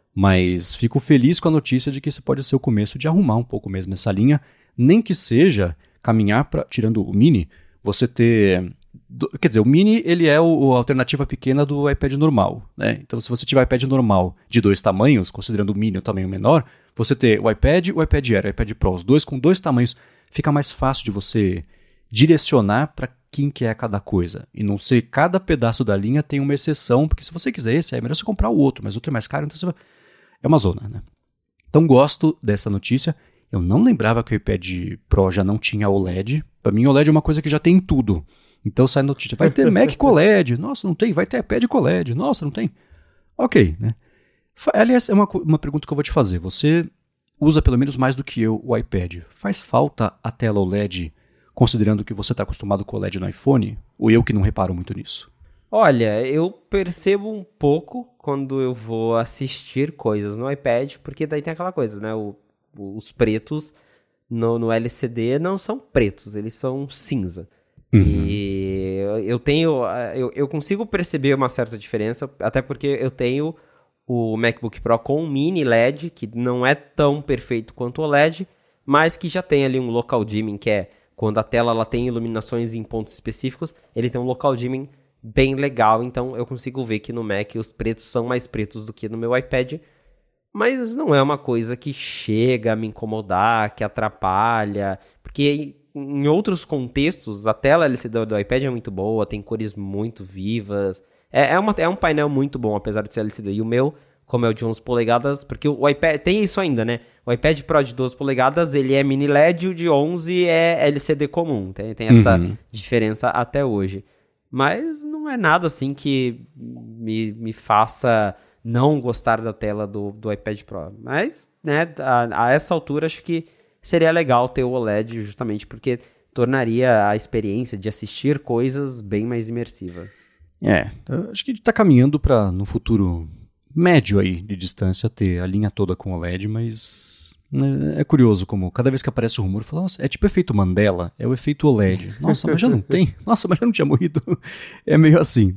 mas fico feliz com a notícia de que esse pode ser o começo de arrumar um pouco mesmo essa linha, nem que seja caminhar para, tirando o Mini, você ter... Do, quer dizer, o Mini ele é o, a alternativa pequena do iPad normal, né? Então, se você tiver iPad normal de dois tamanhos, considerando o Mini o tamanho menor, você ter o iPad, o iPad Air, o iPad Pro, os dois com dois tamanhos, fica mais fácil de você direcionar para quem quer cada coisa. E não ser cada pedaço da linha tem uma exceção, porque se você quiser esse, é melhor você comprar o outro, mas o outro é mais caro, então você vai... é uma zona, né? Então, gosto dessa notícia. Eu não lembrava que o iPad Pro já não tinha O L E D. Para mim, o L E D é uma coisa que já tem em tudo. Então sai notícia, vai ter Mac com O L E D, nossa, não tem, vai ter iPad com O L E D, nossa, não tem. Ok, né? Aliás, é uma, uma pergunta que eu vou te fazer, você usa pelo menos mais do que eu o iPad, faz falta a tela O L E D, considerando que você está acostumado com o L E D no iPhone, ou eu que não reparo muito nisso? Olha, eu percebo um pouco quando eu vou assistir coisas no iPad, porque daí tem aquela coisa, né, o, os pretos no, no L C D não são pretos, eles são cinza. Uhum. E eu tenho, eu, eu consigo perceber uma certa diferença, até porque eu tenho o MacBook Pro com um mini L E D, que não é tão perfeito quanto o L E D, mas que já tem ali um local dimming, que é quando a tela ela tem iluminações em pontos específicos, ele tem um local dimming bem legal, então eu consigo ver que no Mac os pretos são mais pretos do que no meu iPad, mas não é uma coisa que chega a me incomodar, que atrapalha, porque em outros contextos, a tela L C D do iPad é muito boa, tem cores muito vivas. É, é, uma, é um painel muito bom, apesar de ser L C D. E o meu, como é o de onze polegadas, porque o iPad tem isso ainda, né? O iPad Pro de doze polegadas, ele é mini L E D, e o de onze é L C D comum. Tem, tem essa uhum. diferença até hoje. Mas não é nada assim que me, me faça não gostar da tela do, do iPad Pro. Mas, né, a, a essa altura, acho que seria legal ter o O L E D, justamente porque tornaria a experiência de assistir coisas bem mais imersiva. É, acho que a gente está caminhando para, no futuro médio aí de distância, ter a linha toda com O L E D, mas é, é curioso como cada vez que aparece o rumor, fala, nossa, é tipo efeito Mandela, é o efeito O L E D. Nossa, mas já não tem? Nossa, mas já não tinha morrido? É meio assim.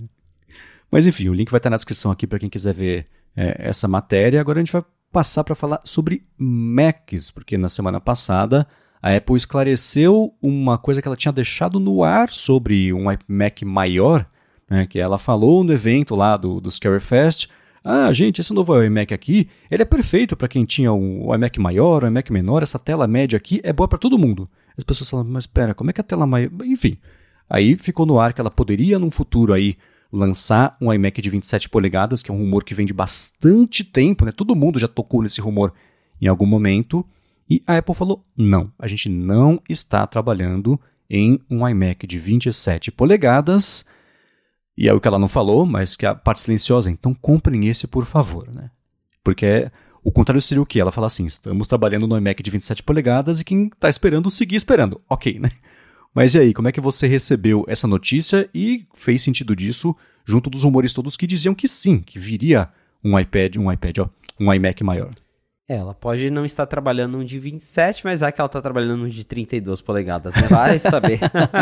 Mas enfim, o link vai estar na descrição aqui para quem quiser ver é, essa matéria. Agora a gente vai passar para falar sobre Macs, porque na semana passada a Apple esclareceu uma coisa que ela tinha deixado no ar sobre um Mac maior, né, que ela falou no evento lá do, do Scary Fest. Ah, gente, esse novo iMac aqui, ele é perfeito para quem tinha um iMac maior, um iMac menor, essa tela média aqui é boa para todo mundo. As pessoas falam, mas espera, como é que a tela maior... Enfim, aí ficou no ar que ela poderia, num futuro aí, lançar um iMac de vinte e sete polegadas, que é um rumor que vem de bastante tempo, né? Todo mundo já tocou nesse rumor em algum momento, e a Apple falou, não, a gente não está trabalhando em um iMac de vinte e sete polegadas, e é o que ela não falou, mas que é a parte silenciosa, então comprem esse por favor, né? Porque o contrário seria o quê? Ela fala assim, estamos trabalhando no iMac de vinte e sete polegadas e quem está esperando, seguir esperando. Ok, né? Mas e aí, como é que você recebeu essa notícia e fez sentido disso junto dos rumores todos que diziam que sim, que viria um iPad, um iPad, ó, um iMac maior? É, ela pode não estar trabalhando um de vinte e sete, mas é que ela está trabalhando um de trinta e duas polegadas, né? Vai saber.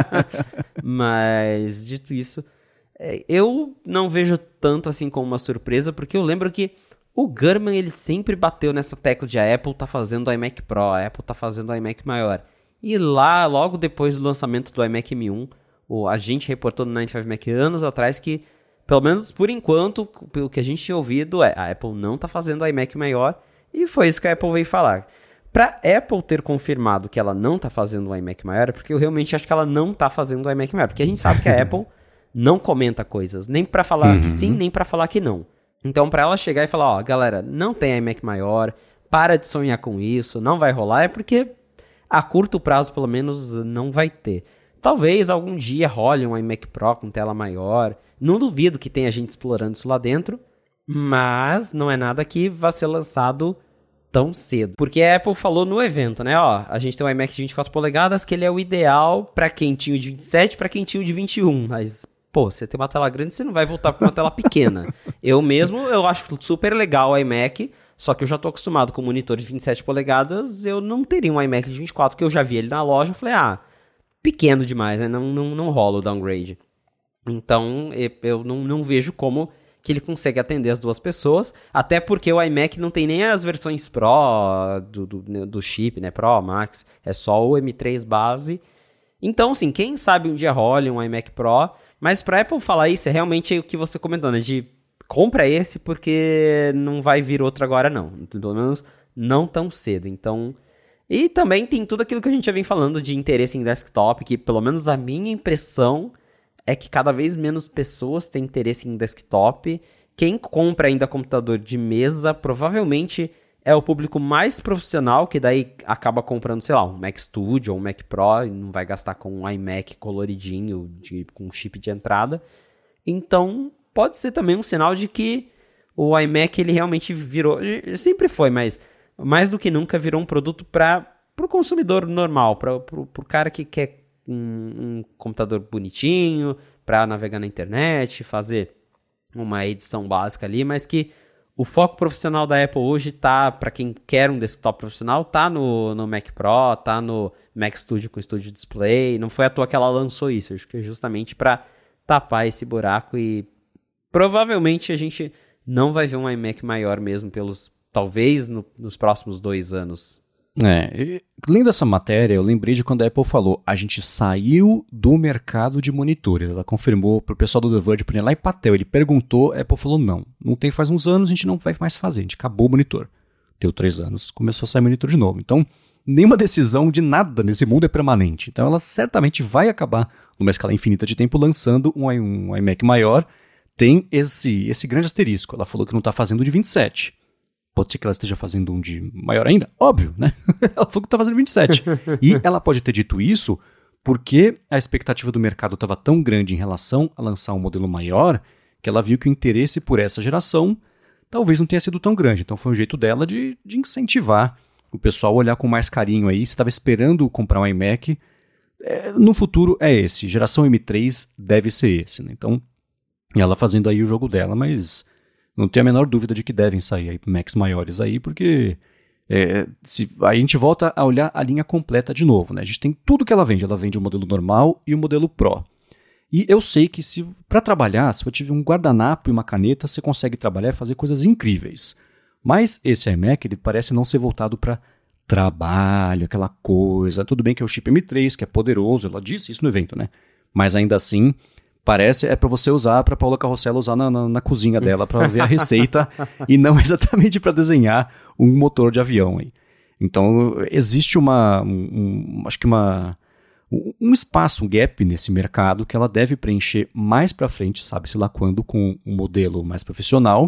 Mas, dito isso, eu não vejo tanto assim como uma surpresa, porque eu lembro que o Gurman, ele sempre bateu nessa tecla de a Apple tá fazendo o iMac Pro, a Apple tá fazendo o iMac maior. E lá, logo depois do lançamento do iMac M um, o, a gente reportou no noventa e cinco Mac anos atrás que, pelo menos por enquanto, o que a gente tinha ouvido é a Apple não está fazendo o iMac maior, e foi isso que a Apple veio falar. Para Apple ter confirmado que ela não está fazendo o iMac maior, é porque eu realmente acho que ela não está fazendo o iMac maior, porque a gente sabe que a Apple não comenta coisas, nem para falar uhum. que sim, nem para falar que não. Então, para ela chegar e falar, ó, galera, não tem iMac maior, para de sonhar com isso, não vai rolar, é porque a curto prazo, pelo menos, não vai ter. Talvez algum dia role um iMac Pro com tela maior. Não duvido que tenha gente explorando isso lá dentro. Mas não é nada que vá ser lançado tão cedo. Porque a Apple falou no evento, né? Ó, a gente tem um iMac de vinte e quatro polegadas, que ele é o ideal para quem tinha o de vinte e sete, para quem tinha o de vinte e um. Mas pô, você tem uma tela grande, você não vai voltar para uma tela pequena. Eu mesmo, eu acho super legal o iMac, só que eu já tô acostumado com monitor de vinte e sete polegadas, eu não teria um iMac de vinte e quatro, porque eu já vi ele na loja, eu falei, ah, pequeno demais, né? Não, não, não rola o downgrade. Então, eu não, não vejo como que ele consegue atender as duas pessoas, até porque o iMac não tem nem as versões Pro do, do, do chip, né? Pro, Max, é só o M três base. Então, assim, quem sabe um dia role um iMac Pro, mas pra Apple falar isso é realmente o que você comentou, né? De compra esse porque não vai vir outro agora, não. Pelo menos não tão cedo. Então, e também tem tudo aquilo que a gente já vem falando de interesse em desktop, que pelo menos a minha impressão é que cada vez menos pessoas têm interesse em desktop. Quem compra ainda computador de mesa provavelmente é o público mais profissional, que daí acaba comprando, sei lá, um Mac Studio ou um Mac Pro, e não vai gastar com um iMac coloridinho, de, com chip de entrada. Então, pode ser também um sinal de que o iMac ele realmente virou, sempre foi, mas mais do que nunca virou um produto para o consumidor normal, para o cara que quer um, um computador bonitinho, para navegar na internet, fazer uma edição básica ali, mas que o foco profissional da Apple hoje tá, para quem quer um desktop profissional, tá no, no Mac Pro, tá no Mac Studio com Studio Display. Não foi à toa que ela lançou isso, acho que é justamente para tapar esse buraco, e provavelmente a gente não vai ver um iMac maior mesmo pelos, talvez, no, nos próximos dois anos. É, lendo essa matéria, eu lembrei de quando a Apple falou, a gente saiu do mercado de monitores. Ela confirmou pro pessoal do The Verge, por lá em Patel, ele perguntou, a Apple falou, não, não tem faz uns anos, a gente não vai mais fazer, a gente acabou o monitor. Deu três anos, começou a sair monitor de novo. Então, nenhuma decisão de nada nesse mundo é permanente. Então, ela certamente vai acabar, numa escala infinita de tempo, lançando um, um iMac maior. Tem esse, esse grande asterisco. Ela falou que não está fazendo de vinte e sete. Pode ser que ela esteja fazendo um de maior ainda? Óbvio, né? Ela falou que está fazendo vinte e sete. E ela pode ter dito isso porque a expectativa do mercado estava tão grande em relação a lançar um modelo maior que ela viu que o interesse por essa geração talvez não tenha sido tão grande. Então foi um jeito dela de, de incentivar o pessoal a olhar com mais carinho aí. Se estava esperando comprar um iMac, é, no futuro é esse. Geração M três deve ser esse, né? Então, ela fazendo aí o jogo dela, mas não tenho a menor dúvida de que devem sair aí Macs maiores aí, porque é, se, aí a gente volta a olhar a linha completa de novo, né? A gente tem tudo que ela vende. Ela vende o modelo normal e o modelo Pro. E eu sei que se para trabalhar, se você tiver um guardanapo e uma caneta, você consegue trabalhar e fazer coisas incríveis. Mas esse iMac, ele parece não ser voltado para trabalho, aquela coisa. Tudo bem que é o chip M três, que é poderoso, ela disse isso no evento, né? Mas ainda assim, parece é para você usar, para Paula Carrossela usar na, na, na cozinha dela para ver a receita e não exatamente para desenhar um motor de avião. Aí. Então, existe uma, um, acho que uma, um espaço, um gap nesse mercado que ela deve preencher mais para frente, sabe-se lá quando, com um modelo mais profissional.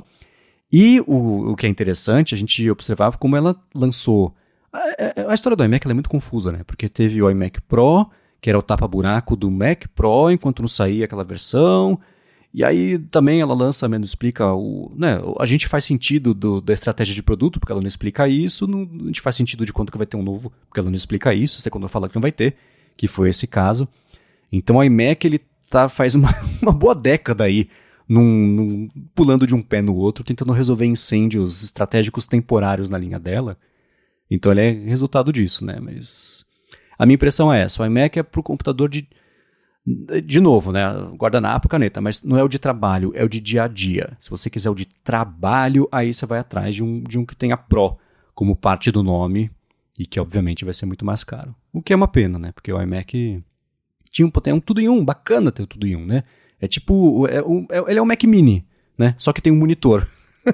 E o, o que é interessante, a gente observava como ela lançou... A, a história do iMac ela é muito confusa, né? Porque teve o iMac Pro, que era o tapa-buraco do Mac Pro, enquanto não saía aquela versão. E aí também ela lança, não explica o... Né, a gente faz sentido do, da estratégia de produto, porque ela não explica isso. Não, a gente faz sentido de quanto que vai ter um novo, porque ela não explica isso. Até quando ela fala que não vai ter, que foi esse caso. Então o iMac ele tá, faz uma, uma boa década aí, num, num, pulando de um pé no outro, tentando resolver incêndios estratégicos temporários na linha dela. Então ele é resultado disso, né? Mas a minha impressão é essa, o iMac é para o computador de, de novo, né? Guardanapo, caneta, mas não é o de trabalho, é o de dia a dia. Se você quiser o de trabalho, aí você vai atrás de um, de um que tenha Pro como parte do nome e que obviamente vai ser muito mais caro. O que é uma pena, né? Porque o iMac tinha um, tem um tudo em um, bacana ter o tudo em um, né? É tipo, é, é, ele é um Mac Mini, né? Só que tem um monitor.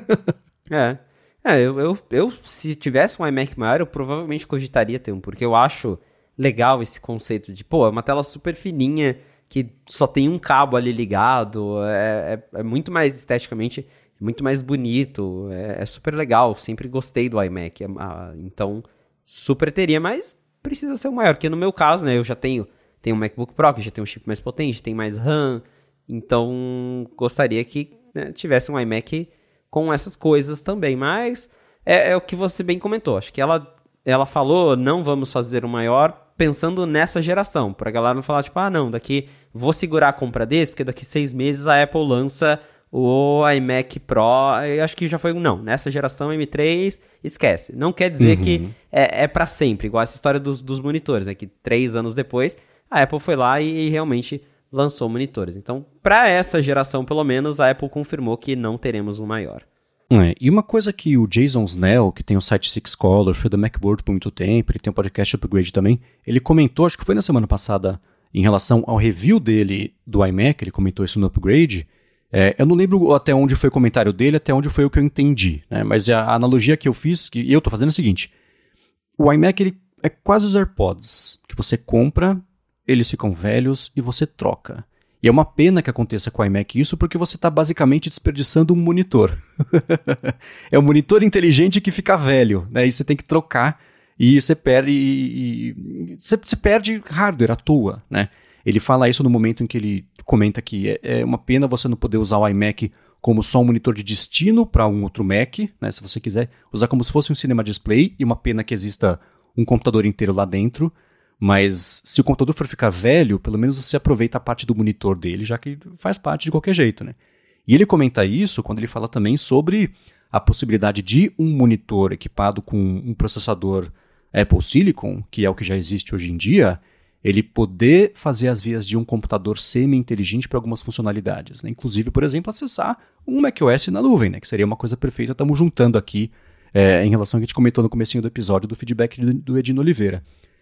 É, é eu, eu, eu se tivesse um iMac maior, eu provavelmente cogitaria ter um, porque eu acho legal esse conceito de, pô, é uma tela super fininha, que só tem um cabo ali ligado, é, é, é muito mais esteticamente, muito mais bonito, é, é super legal, sempre gostei do iMac, é, a, então super teria, mas precisa ser o maior, porque no meu caso, né, eu já tenho, tenho um MacBook Pro, que já tem um chip mais potente, tem mais RAM, então gostaria que, né, tivesse um iMac com essas coisas também, mas é, é o que você bem comentou, acho que ela, ela falou, não vamos fazer o maior pensando nessa geração, pra galera não falar tipo, ah não, daqui vou segurar a compra desse, porque daqui seis meses a Apple lança o iMac Pro, eu acho que já foi, não, nessa geração M três, esquece. Não quer dizer uhum. que é, é para sempre, igual essa história dos, dos monitores, né, que três anos depois, a Apple foi lá e, e realmente lançou monitores. Então, para essa geração, pelo menos, a Apple confirmou que não teremos um maior. É, e uma coisa que o Jason Snell, que tem o site Six Colors, foi da Macworld por muito tempo, ele tem um podcast Upgrade também, ele comentou, acho que foi na semana passada, em relação ao review dele do iMac, ele comentou isso no Upgrade. É, eu não lembro até onde foi o comentário dele, até onde foi o que eu entendi, né? Mas a, a analogia que eu fiz, que eu estou fazendo é a seguinte, o iMac ele é quase os AirPods, que você compra, eles ficam velhos e você troca. E é uma pena que aconteça com o iMac isso, porque você está basicamente desperdiçando um monitor. É um monitor inteligente que fica velho, né? E você tem que trocar e você perde, e, e, você, você perde hardware à toa, né? Ele fala isso no momento em que ele comenta que é, é uma pena você não poder usar o iMac como só um monitor de destino para um outro Mac, né? Se você quiser usar como se fosse um Cinema Display, e uma pena que exista um computador inteiro lá dentro, mas se o computador for ficar velho, pelo menos você aproveita a parte do monitor dele, já que faz parte de qualquer jeito, né? E ele comenta isso quando ele fala também sobre a possibilidade de um monitor equipado com um processador Apple Silicon, que é o que já existe hoje em dia, ele poder fazer as vias de um computador semi-inteligente para algumas funcionalidades, né? Inclusive, por exemplo, acessar um macOS na nuvem, né? Que seria uma coisa perfeita. Estamos juntando aqui é, em relação ao que a gente comentou no comecinho do episódio do feedback do, do Edino Oliveira.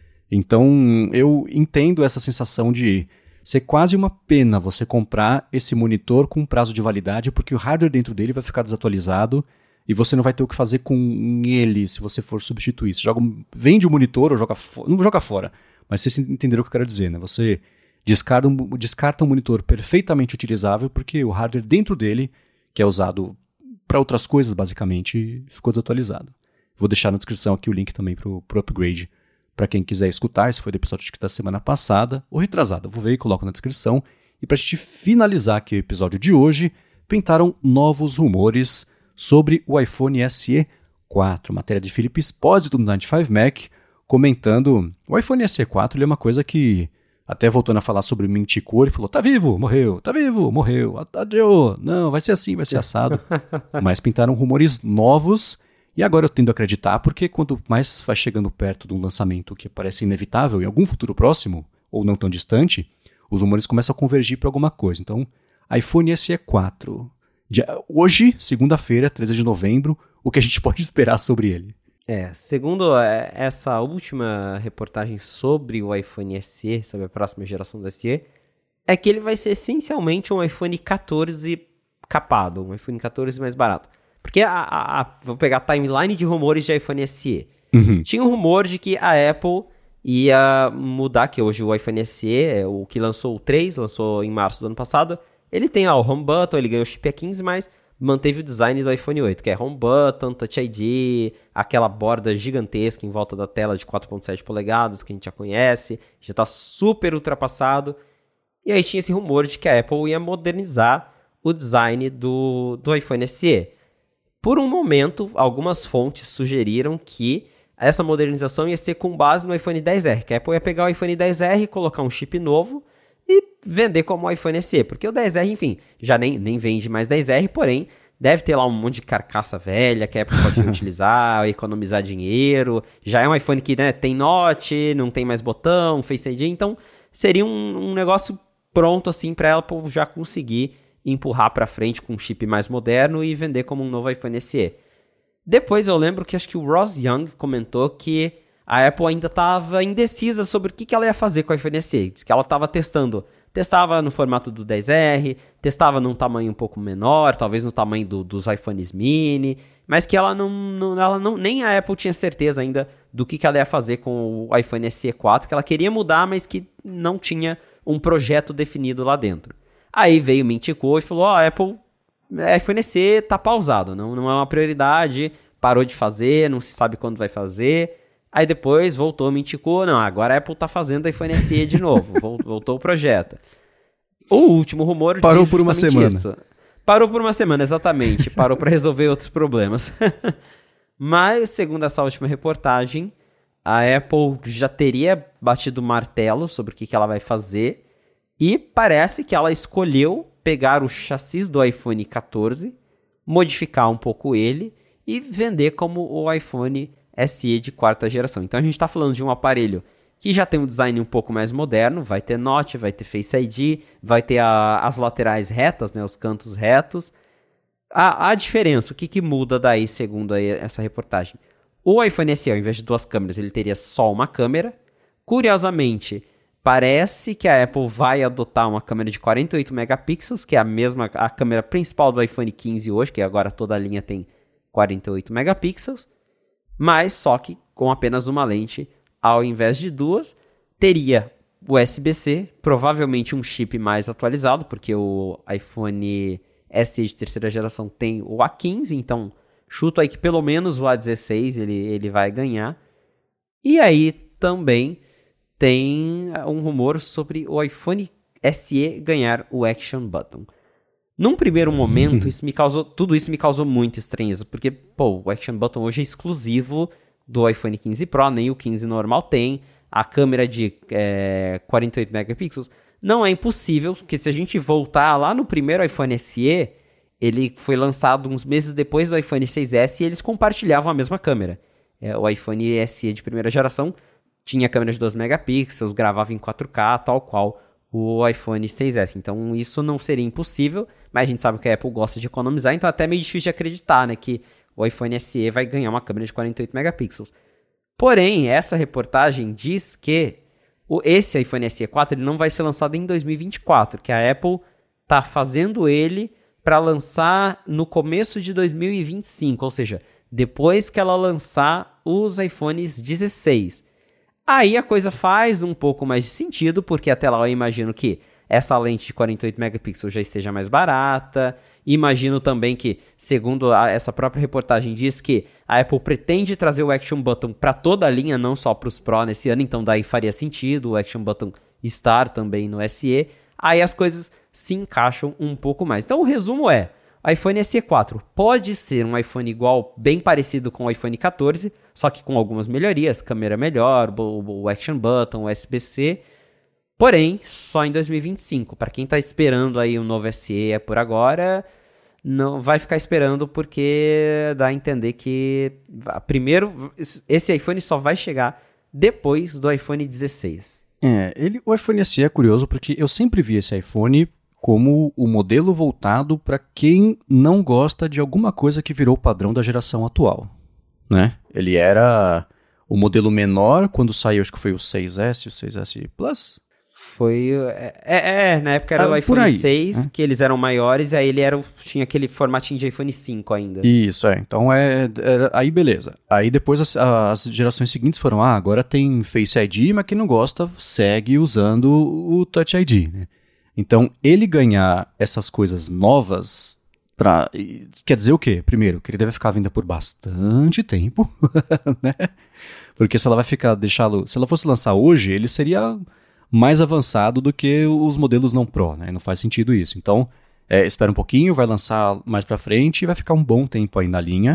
Então, eu entendo essa sensação de ser quase uma pena você comprar esse monitor com prazo de validade, porque o hardware dentro dele vai ficar desatualizado e você não vai ter o que fazer com ele se você for substituir. Você joga, vende o monitor ou joga fora, não joga fora, mas vocês entenderam o que eu quero dizer, né? Você descarta um, descarta um monitor perfeitamente utilizável porque o hardware dentro dele, que é usado para outras coisas basicamente, ficou desatualizado. Vou deixar na descrição aqui o link também para o Upgrade, para quem quiser escutar. Esse foi o episódio da semana passada, ou retrasada, vou ver e coloco na descrição. E para a gente finalizar aqui o episódio de hoje, pintaram novos rumores sobre o iPhone S E quatro. Matéria de Felipe Espósito do noventa e cinco Mac, comentando, o iPhone S E quatro ele é uma coisa que, até voltando a falar sobre o Mintico, ele falou, tá vivo, morreu, tá vivo, morreu, adeus, não, vai ser assim, vai ser assado. Mas pintaram rumores novos, e agora eu tendo a acreditar, porque quanto mais vai chegando perto de um lançamento que parece inevitável em algum futuro próximo, ou não tão distante, os rumores começam a convergir para alguma coisa. Então, iPhone S E quatro, dia, hoje, segunda-feira, treze de novembro, o que a gente pode esperar sobre ele? É, segundo essa última reportagem sobre o iPhone S E, sobre a próxima geração do S E, é que ele vai ser essencialmente um iPhone quatorze capado, um iPhone quatorze mais barato. Porque, a, a, a, vou pegar a timeline de rumores de iPhone S E. Uhum. Tinha um rumor de que a Apple ia mudar, que hoje o iPhone S E, é o que lançou o três, lançou em março do ano passado, ele tem lá o Home Button, ele ganhou o chip A quinze, mas manteve o design do iPhone oito, que é Home Button, Touch I D, aquela borda gigantesca em volta da tela de quatro ponto sete polegadas, que a gente já conhece, já está super ultrapassado. E aí tinha esse rumor de que a Apple ia modernizar o design do, do iPhone S E. Por um momento, algumas fontes sugeriram que essa modernização ia ser com base no iPhone X R, que a Apple ia pegar o iPhone X R, colocar um chip novo e vender como o iPhone S E, porque o X R, enfim, já nem, nem vende mais X R, porém, deve ter lá um monte de carcaça velha que a Apple pode utilizar, economizar dinheiro, já é um iPhone que, né, tem notch, não tem mais botão, Face I D, então seria um, um negócio pronto assim para a Apple já conseguir empurrar para frente com um chip mais moderno e vender como um novo iPhone S E. Depois eu lembro que acho que o Ross Young comentou que a Apple ainda estava indecisa sobre o que, que ela ia fazer com o iPhone S E, que ela estava testando, testava no formato do X R, testava num tamanho um pouco menor, talvez no tamanho do, dos iPhones mini, mas que ela não, não, ela não, nem a Apple tinha certeza ainda do que, que ela ia fazer com o iPhone S E quatro, que ela queria mudar, mas que não tinha um projeto definido lá dentro. Aí veio o Mintico e falou, ó, oh, a Apple, iPhone S E tá pausado, não, não é uma prioridade, parou de fazer, não se sabe quando vai fazer. Aí depois voltou o Mintico, não, agora a Apple tá fazendo iPhone S E de novo, voltou o projeto. O último rumor... Parou por uma semana. Isso. Parou por uma semana, exatamente, parou para resolver outros problemas. Mas, segundo essa última reportagem, a Apple já teria batido o martelo sobre o que, que ela vai fazer. E parece que ela escolheu pegar o chassi do iPhone quatorze, modificar um pouco ele e vender como o iPhone S E de quarta geração. Então a gente está falando de um aparelho que já tem um design um pouco mais moderno, vai ter notch, vai ter Face I D, vai ter a, as laterais retas, né, os cantos retos. A, a diferença, o que, que muda daí, segundo aí essa reportagem? O iPhone S E, ao invés de duas câmeras, ele teria só uma câmera. Curiosamente, parece que a Apple vai adotar uma câmera de quarenta e oito megapixels, que é a mesma a câmera principal do iPhone quinze hoje, que agora toda a linha tem quarenta e oito megapixels, mas só que com apenas uma lente ao invés de duas. Teria U S B C, provavelmente um chip mais atualizado, porque o iPhone S E de terceira geração tem o A quinze, então chuto aí que pelo menos o A dezesseis ele, ele vai ganhar. E aí também tem um rumor sobre o iPhone S E ganhar o Action Button. Num primeiro momento, isso me causou, tudo isso me causou muita estranheza, porque pô, o Action Button hoje é exclusivo do iPhone quinze Pro, nem o quinze normal tem. A câmera de é, quarenta e oito megapixels não é impossível, porque se a gente voltar lá no primeiro iPhone S E, ele foi lançado uns meses depois do iPhone seis S e eles compartilhavam a mesma câmera. É, o iPhone S E de primeira geração tinha câmera de doze megapixels, gravava em quatro K, tal qual o iPhone seis S. Então isso não seria impossível, mas a gente sabe que a Apple gosta de economizar, então é até meio difícil de acreditar, né, que o iPhone S E vai ganhar uma câmera de quarenta e oito megapixels. Porém, essa reportagem diz que o, esse iPhone S E quatro ele não vai ser lançado em dois mil e vinte e quatro, que a Apple está fazendo ele para lançar no começo de dois mil e vinte e cinco, ou seja, depois que ela lançar os iPhones dezesseis. Aí a coisa faz um pouco mais de sentido, porque até lá eu imagino que essa lente de quarenta e oito megapixels já esteja mais barata. Imagino também que, segundo a, essa própria reportagem, diz que a Apple pretende trazer o Action Button para toda a linha, não só para os Pro nesse ano, então daí faria sentido o Action Button estar também no S E. Aí as coisas se encaixam um pouco mais. Então o resumo é, o iPhone S E quatro pode ser um iPhone igual, bem parecido com o iPhone quatorze, só que com algumas melhorias, câmera melhor, o, o Action Button, o U S B C, porém, só em dois mil e vinte e cinco. Para quem está esperando aí um novo S E é por agora, não vai ficar esperando porque dá a entender que primeiro esse iPhone só vai chegar depois do iPhone dezesseis. É, ele, o iPhone S E é curioso porque eu sempre vi esse iPhone como o modelo voltado para quem não gosta de alguma coisa que virou padrão da geração atual, né? Ele era o modelo menor quando saiu, acho que foi o seis S, o seis S Plus. Foi. É, é, é, na época era ah, o iPhone aí, seis, né? Que eles eram maiores, e aí ele era, tinha aquele formatinho de iPhone cinco ainda. Isso, é. Então é. Era, aí beleza. Aí depois as, as gerações seguintes foram: ah, agora tem Face I D, mas quem não gosta segue usando o Touch I D, né? Então ele ganhar essas coisas novas. Pra, quer dizer o quê? Primeiro, que ele deve ficar à venda por bastante tempo, né? Porque se ela vai ficar, deixá-lo. Se ela fosse lançar hoje, ele seria mais avançado do que os modelos não Pro, né? Não faz sentido isso. Então, é, espera um pouquinho, vai lançar mais pra frente e vai ficar um bom tempo aí na linha.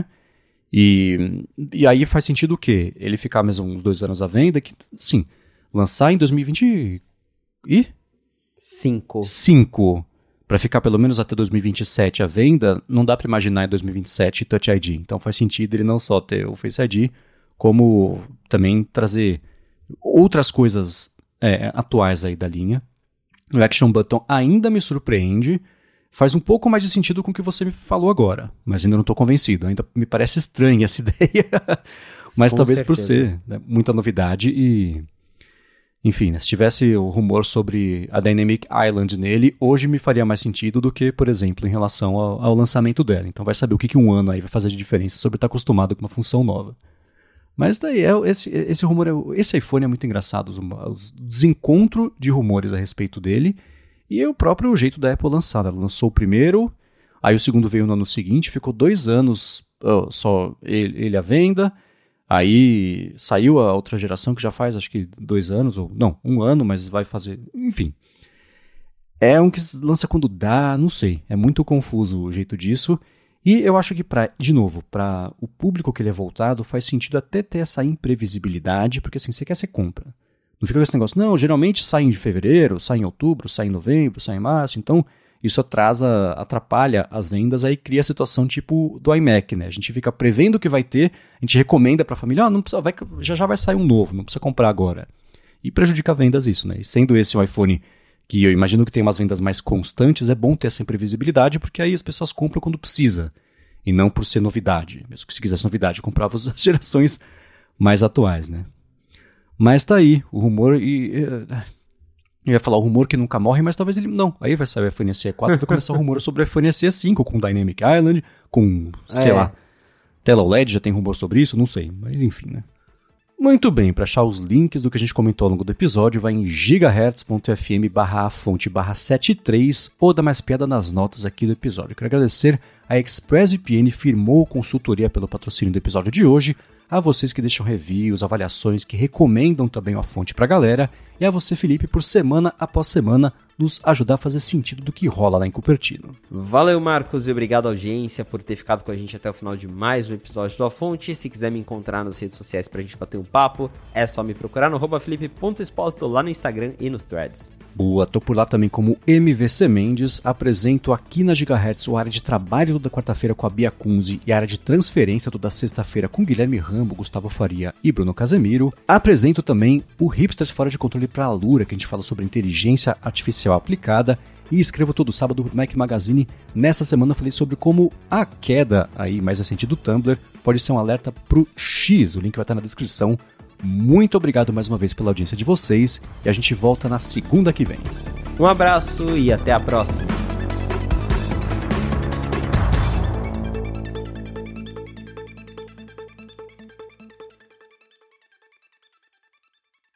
E, e aí faz sentido o quê? Ele ficar mais uns dois anos à venda, que, sim, lançar em dois mil e vinte e cinco. cinco, para ficar pelo menos até dois mil e vinte e sete à venda, não dá para imaginar em dois mil e vinte e sete Touch I D. Então faz sentido ele não só ter o Face I D, como também trazer outras coisas É, atuais aí da linha. O Action Button ainda me surpreende, faz um pouco mais de sentido com o que você me falou agora, mas ainda não estou convencido, ainda me parece estranha essa ideia, mas com talvez certeza. Por ser, né, muita novidade e, enfim, né, se tivesse o rumor sobre a Dynamic Island nele, hoje me faria mais sentido do que, por exemplo, em relação ao, ao lançamento dela. Então vai saber o que, que um ano aí vai fazer de diferença sobre estar acostumado com uma função nova. Mas daí, é, esse, esse rumor, é, esse iPhone é muito engraçado, os, os desencontros de rumores a respeito dele, e é o próprio jeito da Apple lançar. Ela lançou o primeiro, aí o segundo veio no ano seguinte, ficou dois anos oh, só ele, ele à venda, aí saiu a outra geração que já faz acho que dois anos, ou não, um ano, mas vai fazer, enfim. É um que lança quando dá, não sei, é muito confuso o jeito disso. E eu acho que, pra, de novo, para o público que ele é voltado, faz sentido até ter essa imprevisibilidade, porque assim, você quer, você compra. Não fica com esse negócio, não, geralmente sai em fevereiro, sai em outubro, sai em novembro, sai em março, então isso atrasa, atrapalha as vendas, aí cria a situação tipo do iMac, né? A gente fica prevendo que vai ter, a gente recomenda para a família, ah, não precisa, vai, já já vai sair um novo, não precisa comprar agora. E prejudica vendas isso, né? E sendo esse um iPhone que eu imagino que tem umas vendas mais constantes, é bom ter essa imprevisibilidade, porque aí as pessoas compram quando precisa, e não por ser novidade. Mesmo que se quisesse novidade, comprava as gerações mais atuais, né? Mas tá aí, o rumor e... Eu ia falar o rumor que nunca morre, mas talvez ele não. Aí vai sair o iPhone S E quatro e vai começar o rumor sobre o iPhone S E cinco com Dynamic Island, com, sei é. lá, tela O L E D, já tem rumor sobre isso, não sei. Mas enfim, né? Muito bem, para achar os links do que a gente comentou ao longo do episódio, vai em gigahertz.fm barra a fonte barra setenta e três ou dá mais piada nas notas aqui do episódio. Quero agradecer a ExpressVPN, firmou consultoria pelo patrocínio do episódio de hoje, a vocês que deixam reviews, avaliações, que recomendam também a fonte pra galera, e a você, Felipe, por semana após semana nos ajudar a fazer sentido do que rola lá em Cupertino. Valeu, Marcos, e obrigado à audiência por ter ficado com a gente até o final de mais um episódio do A Fonte. Se quiser me encontrar nas redes sociais pra gente bater um papo, é só me procurar no arroba felipe ponto exposito lá no Instagram e no Threads. Boa, tô por lá também como M V C Mendes, apresento aqui na Gigahertz o área de trabalho toda quarta-feira com a Bia Kunze e a área de transferência toda sexta-feira com Guilherme Rambo, Gustavo Faria e Bruno Casemiro. Apresento também o Hipsters Fora de Controle para a Alura, que a gente fala sobre inteligência artificial aplicada, e escrevo todo sábado no Mac Magazine. Nessa semana falei sobre como a queda aí mais recente do Tumblr pode ser um alerta pro X, o link vai estar na descrição. Muito obrigado mais uma vez pela audiência de vocês e a gente volta na segunda que vem. Um abraço e até a próxima!